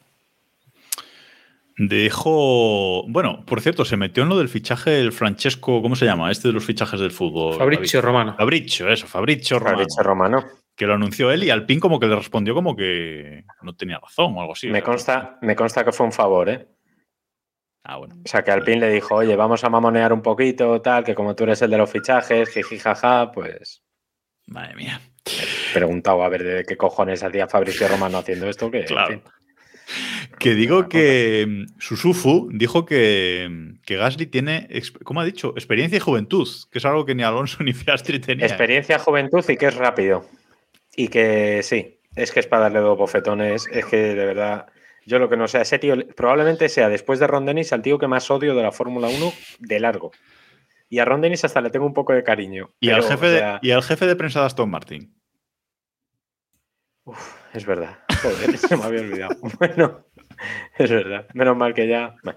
Bueno, por cierto, se metió en lo del fichaje del Francesco, ¿cómo se llama? Este de los fichajes del fútbol. Fabrizio Romano. Fabrizio Romano. Que lo anunció él y Alpine como que le respondió como que no tenía razón o algo así. Me consta que fue un favor, ¿eh? Ah, bueno. O sea, que Alpine le dijo, oye, vamos a mamonear un poquito, tal, que como tú eres el de los fichajes, jiji, jaja, pues... Madre mía. He preguntado a ver de qué cojones hacía Fabrizio Romano haciendo esto. Claro. En fin. Que digo que Susufu dijo que Gasly tiene, ¿cómo ha dicho? Experiencia y juventud, que es algo que ni Alonso ni Piastri tenían. Experiencia, juventud y que es rápido. Y que sí, es que es para darle 2 bofetones. Es que de verdad, yo lo que no sé, ese tío probablemente sea, después de Ron Dennis, al tío que más odio de la Fórmula 1 de largo. Y a Ron Dennis hasta le tengo un poco de cariño. Y al jefe de prensa de Aston Martin. Es verdad. Joder, se me había olvidado. Bueno, es verdad. Menos mal que ya... Bueno.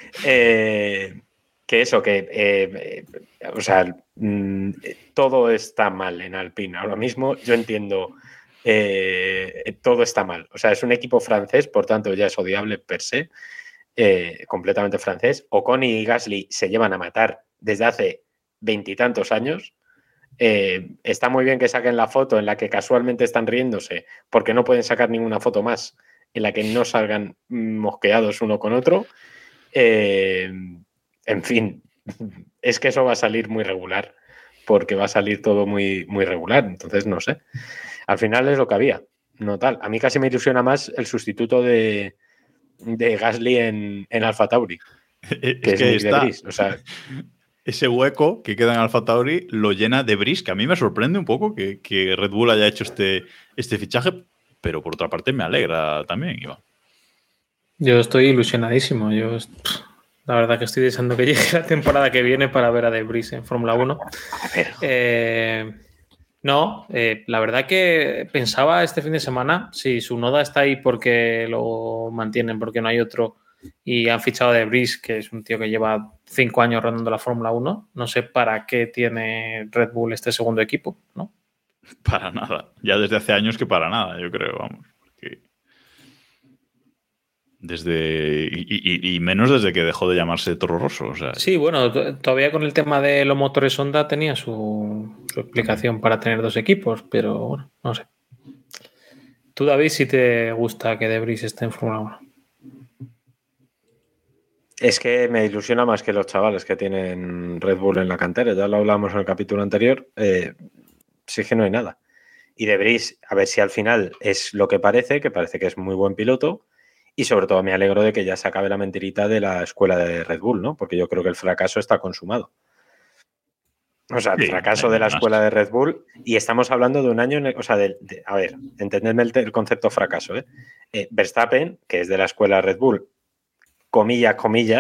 Que eso, o sea, todo está mal en Alpine. Ahora mismo yo entiendo, todo está mal. O sea, es un equipo francés, por tanto ya es odiable per se, completamente francés. Ocon y Gasly se llevan a matar desde hace 20 y tantos años. Está muy bien que saquen la foto en la que casualmente están riéndose, porque no pueden sacar ninguna foto más en la que no salgan mosqueados uno con otro. En fin, es que eso va a salir muy regular, porque va a salir todo muy, muy regular. Entonces, no sé. Al final es lo que había, no tal. A mí casi me ilusiona más el sustituto de Gasly en AlphaTauri, que es Nick de Vries. O sea, ese hueco que queda en AlphaTauri lo llena de Vries, que a mí me sorprende un poco que Red Bull haya hecho este fichaje, pero por otra parte me alegra también, Iván. Yo estoy ilusionadísimo. La verdad que estoy deseando que llegue la temporada que viene para ver a De Vries en Fórmula 1. La verdad que pensaba este fin de semana, si Tsunoda está ahí porque lo mantienen, porque no hay otro, y han fichado a De Vries, que es un tío que lleva 5 años rondando la Fórmula 1, no sé para qué tiene Red Bull este segundo equipo, ¿no? Para nada. Ya desde hace años que para nada, yo creo, vamos. Y menos desde que dejó de llamarse Toro Rosso. O sea, sí, bueno, todavía con el tema de los motores Honda tenía su explicación para tener 2 equipos, pero bueno, no sé. Tú, David, si te gusta que De Vries esté en Fórmula 1. Es que me ilusiona más que los chavales que tienen Red Bull en la cantera. Ya lo hablamos en el capítulo anterior. Sí que no hay nada. Y De Vries, a ver si al final es lo que parece que es muy buen piloto. Y sobre todo me alegro de que ya se acabe la mentirita de la escuela de Red Bull, ¿no? Porque yo creo que el fracaso está consumado. O sea, el fracaso de la escuela de Red Bull, y estamos hablando de un año, o sea, a ver, entendedme el concepto fracaso, Verstappen, que es de la escuela Red Bull, comillas,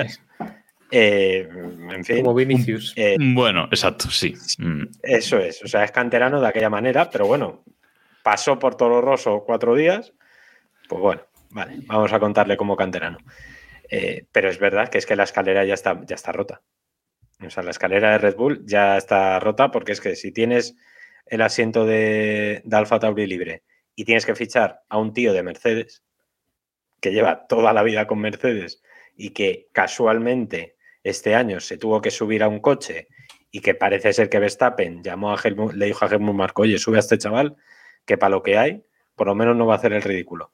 en fin. Como Vinicius. Bueno, exacto, sí. Eso es, o sea, es canterano de aquella manera, pero bueno, pasó por Toro Rosso 4 días, pues bueno. Vale, vamos a contarle como canterano. Pero es verdad que es que la escalera ya está rota. O sea, la escalera de Red Bull ya está rota porque es que si tienes el asiento de AlphaTauri libre y tienes que fichar a un tío de Mercedes que lleva toda la vida con Mercedes y que casualmente este año se tuvo que subir a un coche y que parece ser que Verstappen le dijo a Helmut Marko, oye, sube a este chaval que para lo que hay, por lo menos no va a hacer el ridículo.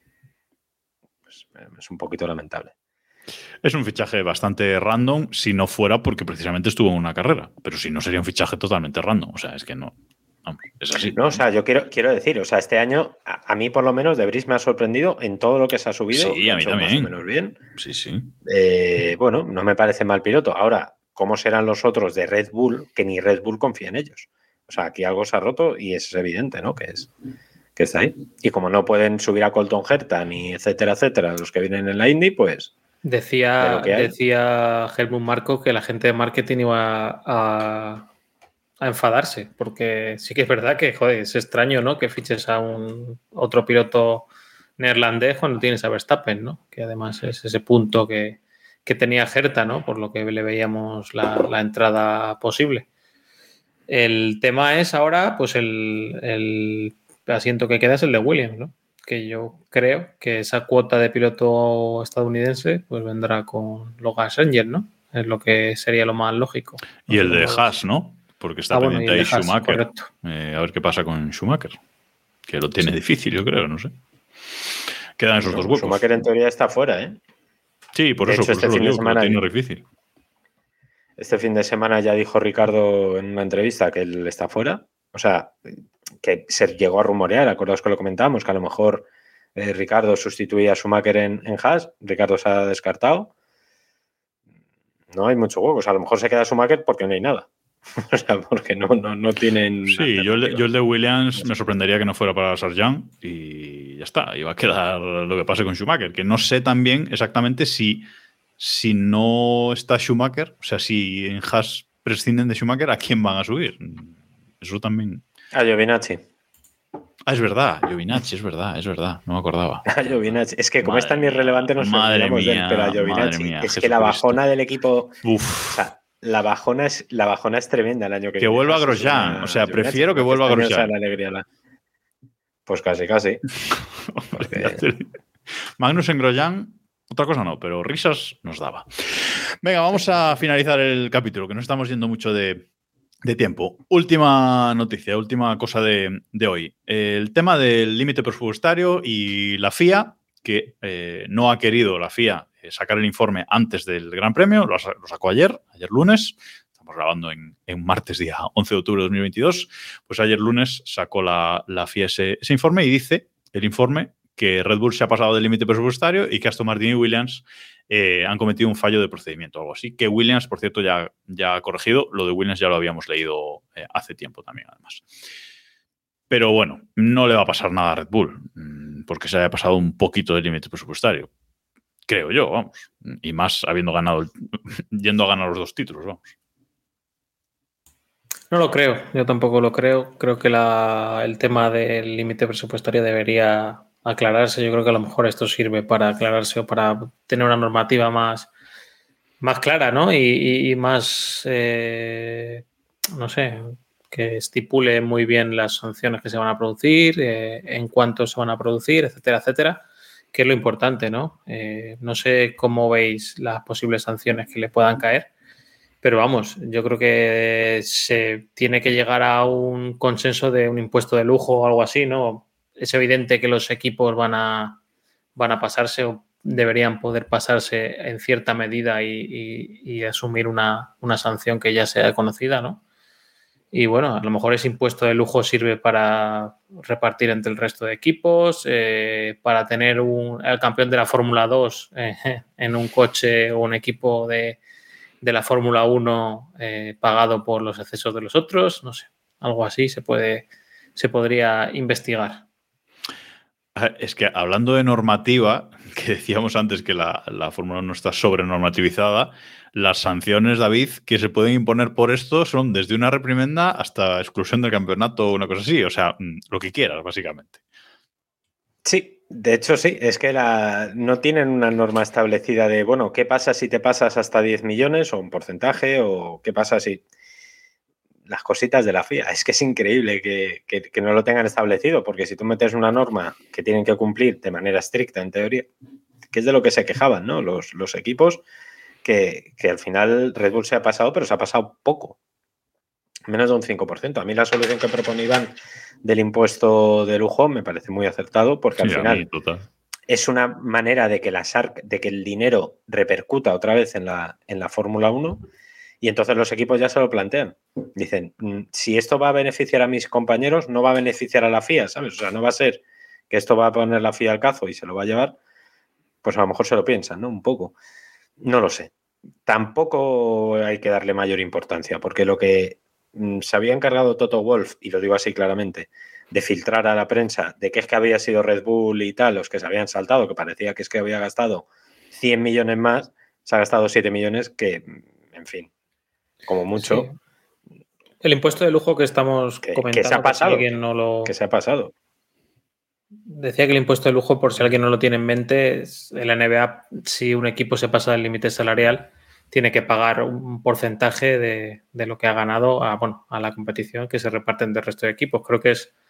Es un poquito lamentable. Es un fichaje bastante random si no fuera porque precisamente estuvo en una carrera, pero si no sería un fichaje totalmente random. O sea, es que no es así. No, o sea, yo quiero decir, o sea, este año a mí por lo menos De Vries me ha sorprendido en todo lo que se ha subido. Sí, a mí también. Más o menos bien. Sí. Bueno, no me parece mal piloto. Ahora, ¿cómo serán los otros de Red Bull? Que ni Red Bull confía en ellos. O sea, aquí algo se ha roto y es evidente, ¿no? Que está ahí. Y como no pueden subir a Colton Herta ni etcétera, los que vienen en la Indy, pues... Decía Helmut Marko que la gente de marketing iba a enfadarse, porque sí que es verdad que, joder, es extraño, ¿no? Que fiches a otro piloto neerlandés cuando tienes a Verstappen, ¿no? Que además es ese punto que tenía Herta, ¿no? Por lo que le veíamos la entrada posible. El tema es ahora, pues el asiento que queda es el de Williams, ¿no? Que yo creo que esa cuota de piloto estadounidense pues vendrá con Logan Sargeant, ¿no? Es lo que sería lo más lógico. Y el de Haas, ¿no? Porque está pendiente ahí Schumacher. A ver qué pasa con Schumacher. Que lo tiene difícil, yo creo, no sé. Quedan esos dos huecos. Schumacher en teoría está fuera, ¿eh? Sí, por eso lo digo, que lo tiene difícil. Este fin de semana ya dijo Ricardo en una entrevista que él está fuera. O sea, que se llegó a rumorear, acordaos que lo comentábamos, que a lo mejor Ricardo sustituía a Schumacher en Haas. Ricardo se ha descartado. No hay mucho hueco. O sea, a lo mejor se queda Schumacher porque no hay nada. O sea, porque no tienen... Sí, yo el de Williams me sorprendería que no fuera para Sargeant y ya está. Iba a quedar lo que pase con Schumacher, que no sé también exactamente si no está Schumacher, o sea, si en Haas prescinden de Schumacher, ¿a quién van a subir? Eso también... A Giovinazzi. Es verdad, Giovinazzi, es verdad, no me acordaba. A Giovinazzi. Es que como es tan irrelevante nos olvidamos de él, pero a Giovinazzi. Es que la bajona del equipo... Uf. O sea, la bajona es tremenda el año que viene. Que vuelva a Grosjean, o sea, prefiero que vuelva a Grosjean. Pues casi. Porque... Magnus en Grosjean, otra cosa no, pero risas nos daba. Venga, vamos a finalizar el capítulo, que nos estamos yendo mucho de tiempo. Última noticia, última cosa de hoy. El tema del límite presupuestario y la FIA, que no ha querido la FIA sacar el informe antes del Gran Premio, lo sacó ayer lunes. estamos grabando en martes, día 11 de octubre de 2022, pues ayer lunes sacó la FIA ese informe y dice el informe que Red Bull se ha pasado del límite presupuestario y que Aston Martin y Williams han cometido un fallo de procedimiento o algo así, que Williams, por cierto, ya ha corregido. Lo de Williams ya lo habíamos leído hace tiempo también, además. Pero bueno, no le va a pasar nada a Red Bull porque se haya pasado un poquito del límite presupuestario. Creo yo, vamos. Y más habiendo ganado, yendo a ganar los 2 títulos, vamos. No lo creo, yo tampoco lo creo. Creo que el tema del límite presupuestario debería aclararse. Yo creo que a lo mejor esto sirve para aclararse o para tener una normativa más clara, ¿no? Y más, no sé, que estipule muy bien las sanciones que se van a producir, en cuánto se van a producir, etcétera, etcétera, que es lo importante, ¿no? No sé cómo veis las posibles sanciones que le puedan caer, pero vamos, yo creo que se tiene que llegar a un consenso de un impuesto de lujo o algo así, ¿no? Es evidente que los equipos van a pasarse o deberían poder pasarse en cierta medida y asumir una sanción que ya sea conocida, ¿no? Y bueno, a lo mejor ese impuesto de lujo sirve para repartir entre el resto de equipos, para tener el campeón de la Fórmula 2 en un coche o un equipo de la Fórmula 1 pagado por los excesos de los otros, no sé, algo así se podría investigar. Es que hablando de normativa, que decíamos antes que la Fórmula 1 está sobrenormativizada, las sanciones, David, que se pueden imponer por esto son desde una reprimenda hasta exclusión del campeonato o una cosa así. O sea, lo que quieras, básicamente. Sí, de hecho sí. Es que no tienen una norma establecida de, bueno, ¿qué pasa si te pasas hasta 10 millones o un porcentaje? ¿O qué pasa si...? Las cositas de la FIA. Es que es increíble que no lo tengan establecido, porque si tú metes una norma que tienen que cumplir de manera estricta, en teoría, que es de lo que se quejaban, ¿no? Los equipos, que al final Red Bull se ha pasado, pero se ha pasado poco. Menos de un 5%. A mí la solución que propone Iván del impuesto de lujo me parece muy acertado, porque al final es una manera de que el dinero repercuta otra vez en la Fórmula 1. Y entonces los equipos ya se lo plantean. Dicen, si esto va a beneficiar a mis compañeros, no va a beneficiar a la FIA, ¿sabes? O sea, no va a ser que esto va a poner la FIA al cazo y se lo va a llevar, pues a lo mejor se lo piensan, ¿no? Un poco. No lo sé. Tampoco hay que darle mayor importancia, porque lo que se había encargado Toto Wolff, y lo digo así claramente, de filtrar a la prensa de que es que había sido Red Bull y tal, los que se habían saltado, que parecía que es que había gastado 100 millones más, se ha gastado 7 millones que, en fin, como mucho. Sí. El impuesto de lujo que estamos comentando. Que se ha pasado. Que se ha pasado. Decía que el impuesto de lujo, por si alguien no lo tiene en mente, en la NBA, si un equipo se pasa del límite salarial, tiene que pagar un porcentaje de lo que ha ganado a la competición, que se reparten del resto de equipos. Creo que es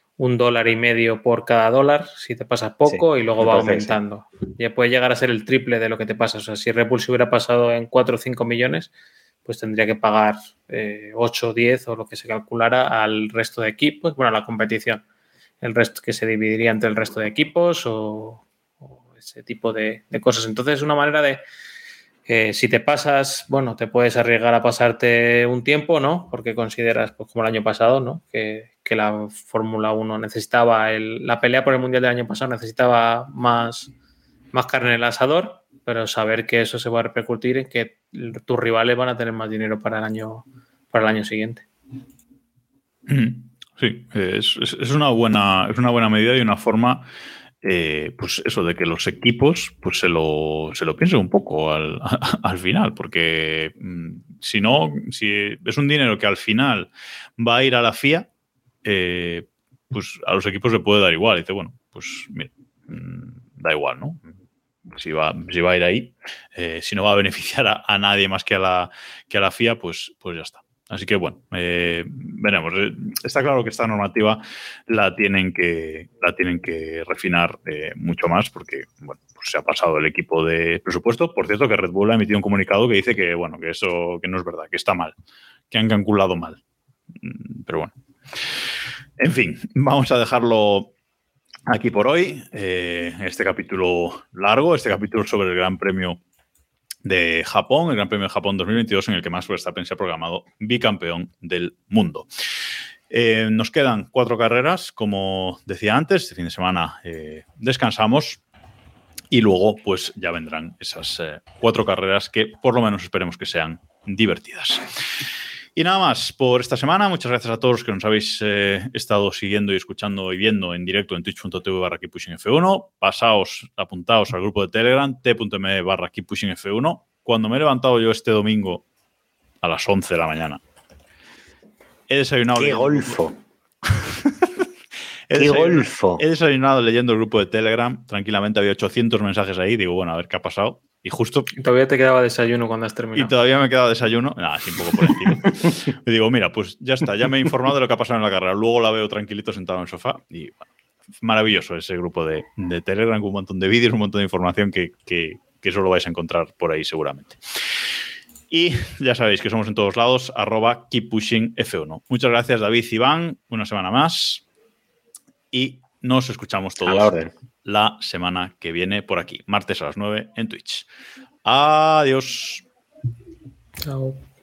$1.50 por cada dólar si te pasas poco, sí, y luego va aumentando. Sí. Ya puede llegar a ser el triple de lo que te pasa. O sea, si Red Bull se hubiera pasado en 4 o 5 millones, pues tendría que pagar 8 o 10 o lo que se calculara al resto de equipos, a la competición. El resto que se dividiría entre el resto de equipos o ese tipo de cosas. Entonces es una manera de, si te pasas, te puedes arriesgar a pasarte un tiempo, ¿no? Porque consideras, pues como el año pasado, ¿no? Que la Fórmula 1 necesitaba, la pelea por el Mundial del año pasado necesitaba más carne en el asador, pero saber que eso se va a repercutir en que tus rivales van a tener más dinero para el año siguiente. Sí, es una buena medida y una forma, pues eso, de que los equipos pues se lo piensen un poco al final, porque si es un dinero que al final va a ir a la FIA, pues a los equipos le puede dar igual. Y dice, bueno, pues mira, da igual, ¿no? Si va a ir ahí, si no va a beneficiar a nadie más que a la FIA, pues ya está. Así que bueno, veremos. Está claro que esta normativa la tienen que refinar mucho más, porque pues se ha pasado el equipo de presupuesto. Por cierto, que Red Bull ha emitido un comunicado que dice que eso que no es verdad, que está mal, que han calculado mal. Pero bueno, en fin, vamos a dejarlo aquí por hoy. Este capítulo largo, este capítulo sobre el Gran Premio de Japón, el Gran Premio de Japón 2022, en el que Max Verstappen se ha proclamado bicampeón del mundo. Nos quedan 4 carreras, como decía antes. Este fin de semana descansamos y luego pues ya vendrán esas 4 carreras que por lo menos esperemos que sean divertidas. Y nada más por esta semana. Muchas gracias a todos los que nos habéis estado siguiendo y escuchando y viendo en directo en twitch.tv/KeepPushingF1. Apuntaos al grupo de Telegram, t.me/KeepPushingF1. Cuando me he levantado yo este domingo a las 11 de la mañana, he desayunado. ¡Qué golfo! He desayunado leyendo el grupo de Telegram. Tranquilamente había 800 mensajes ahí. Digo, bueno, a ver qué ha pasado. Y justo... ¿Y todavía te quedaba desayuno cuando has terminado? Y todavía me quedaba desayuno. Nada, así un poco por encima. Y digo, mira, pues ya está. Ya me he informado de lo que ha pasado en la carrera. Luego la veo tranquilito sentado en el sofá. Y bueno, maravilloso ese grupo de Telegram con un montón de vídeos, un montón de información que solo vais a encontrar por ahí seguramente. Y ya sabéis que somos en todos lados, @KeepPushingF1. Muchas gracias, David y Iván. Una semana más. Y nos escuchamos todos la semana que viene por aquí, martes a las 9 en Twitch. Adiós. Chao.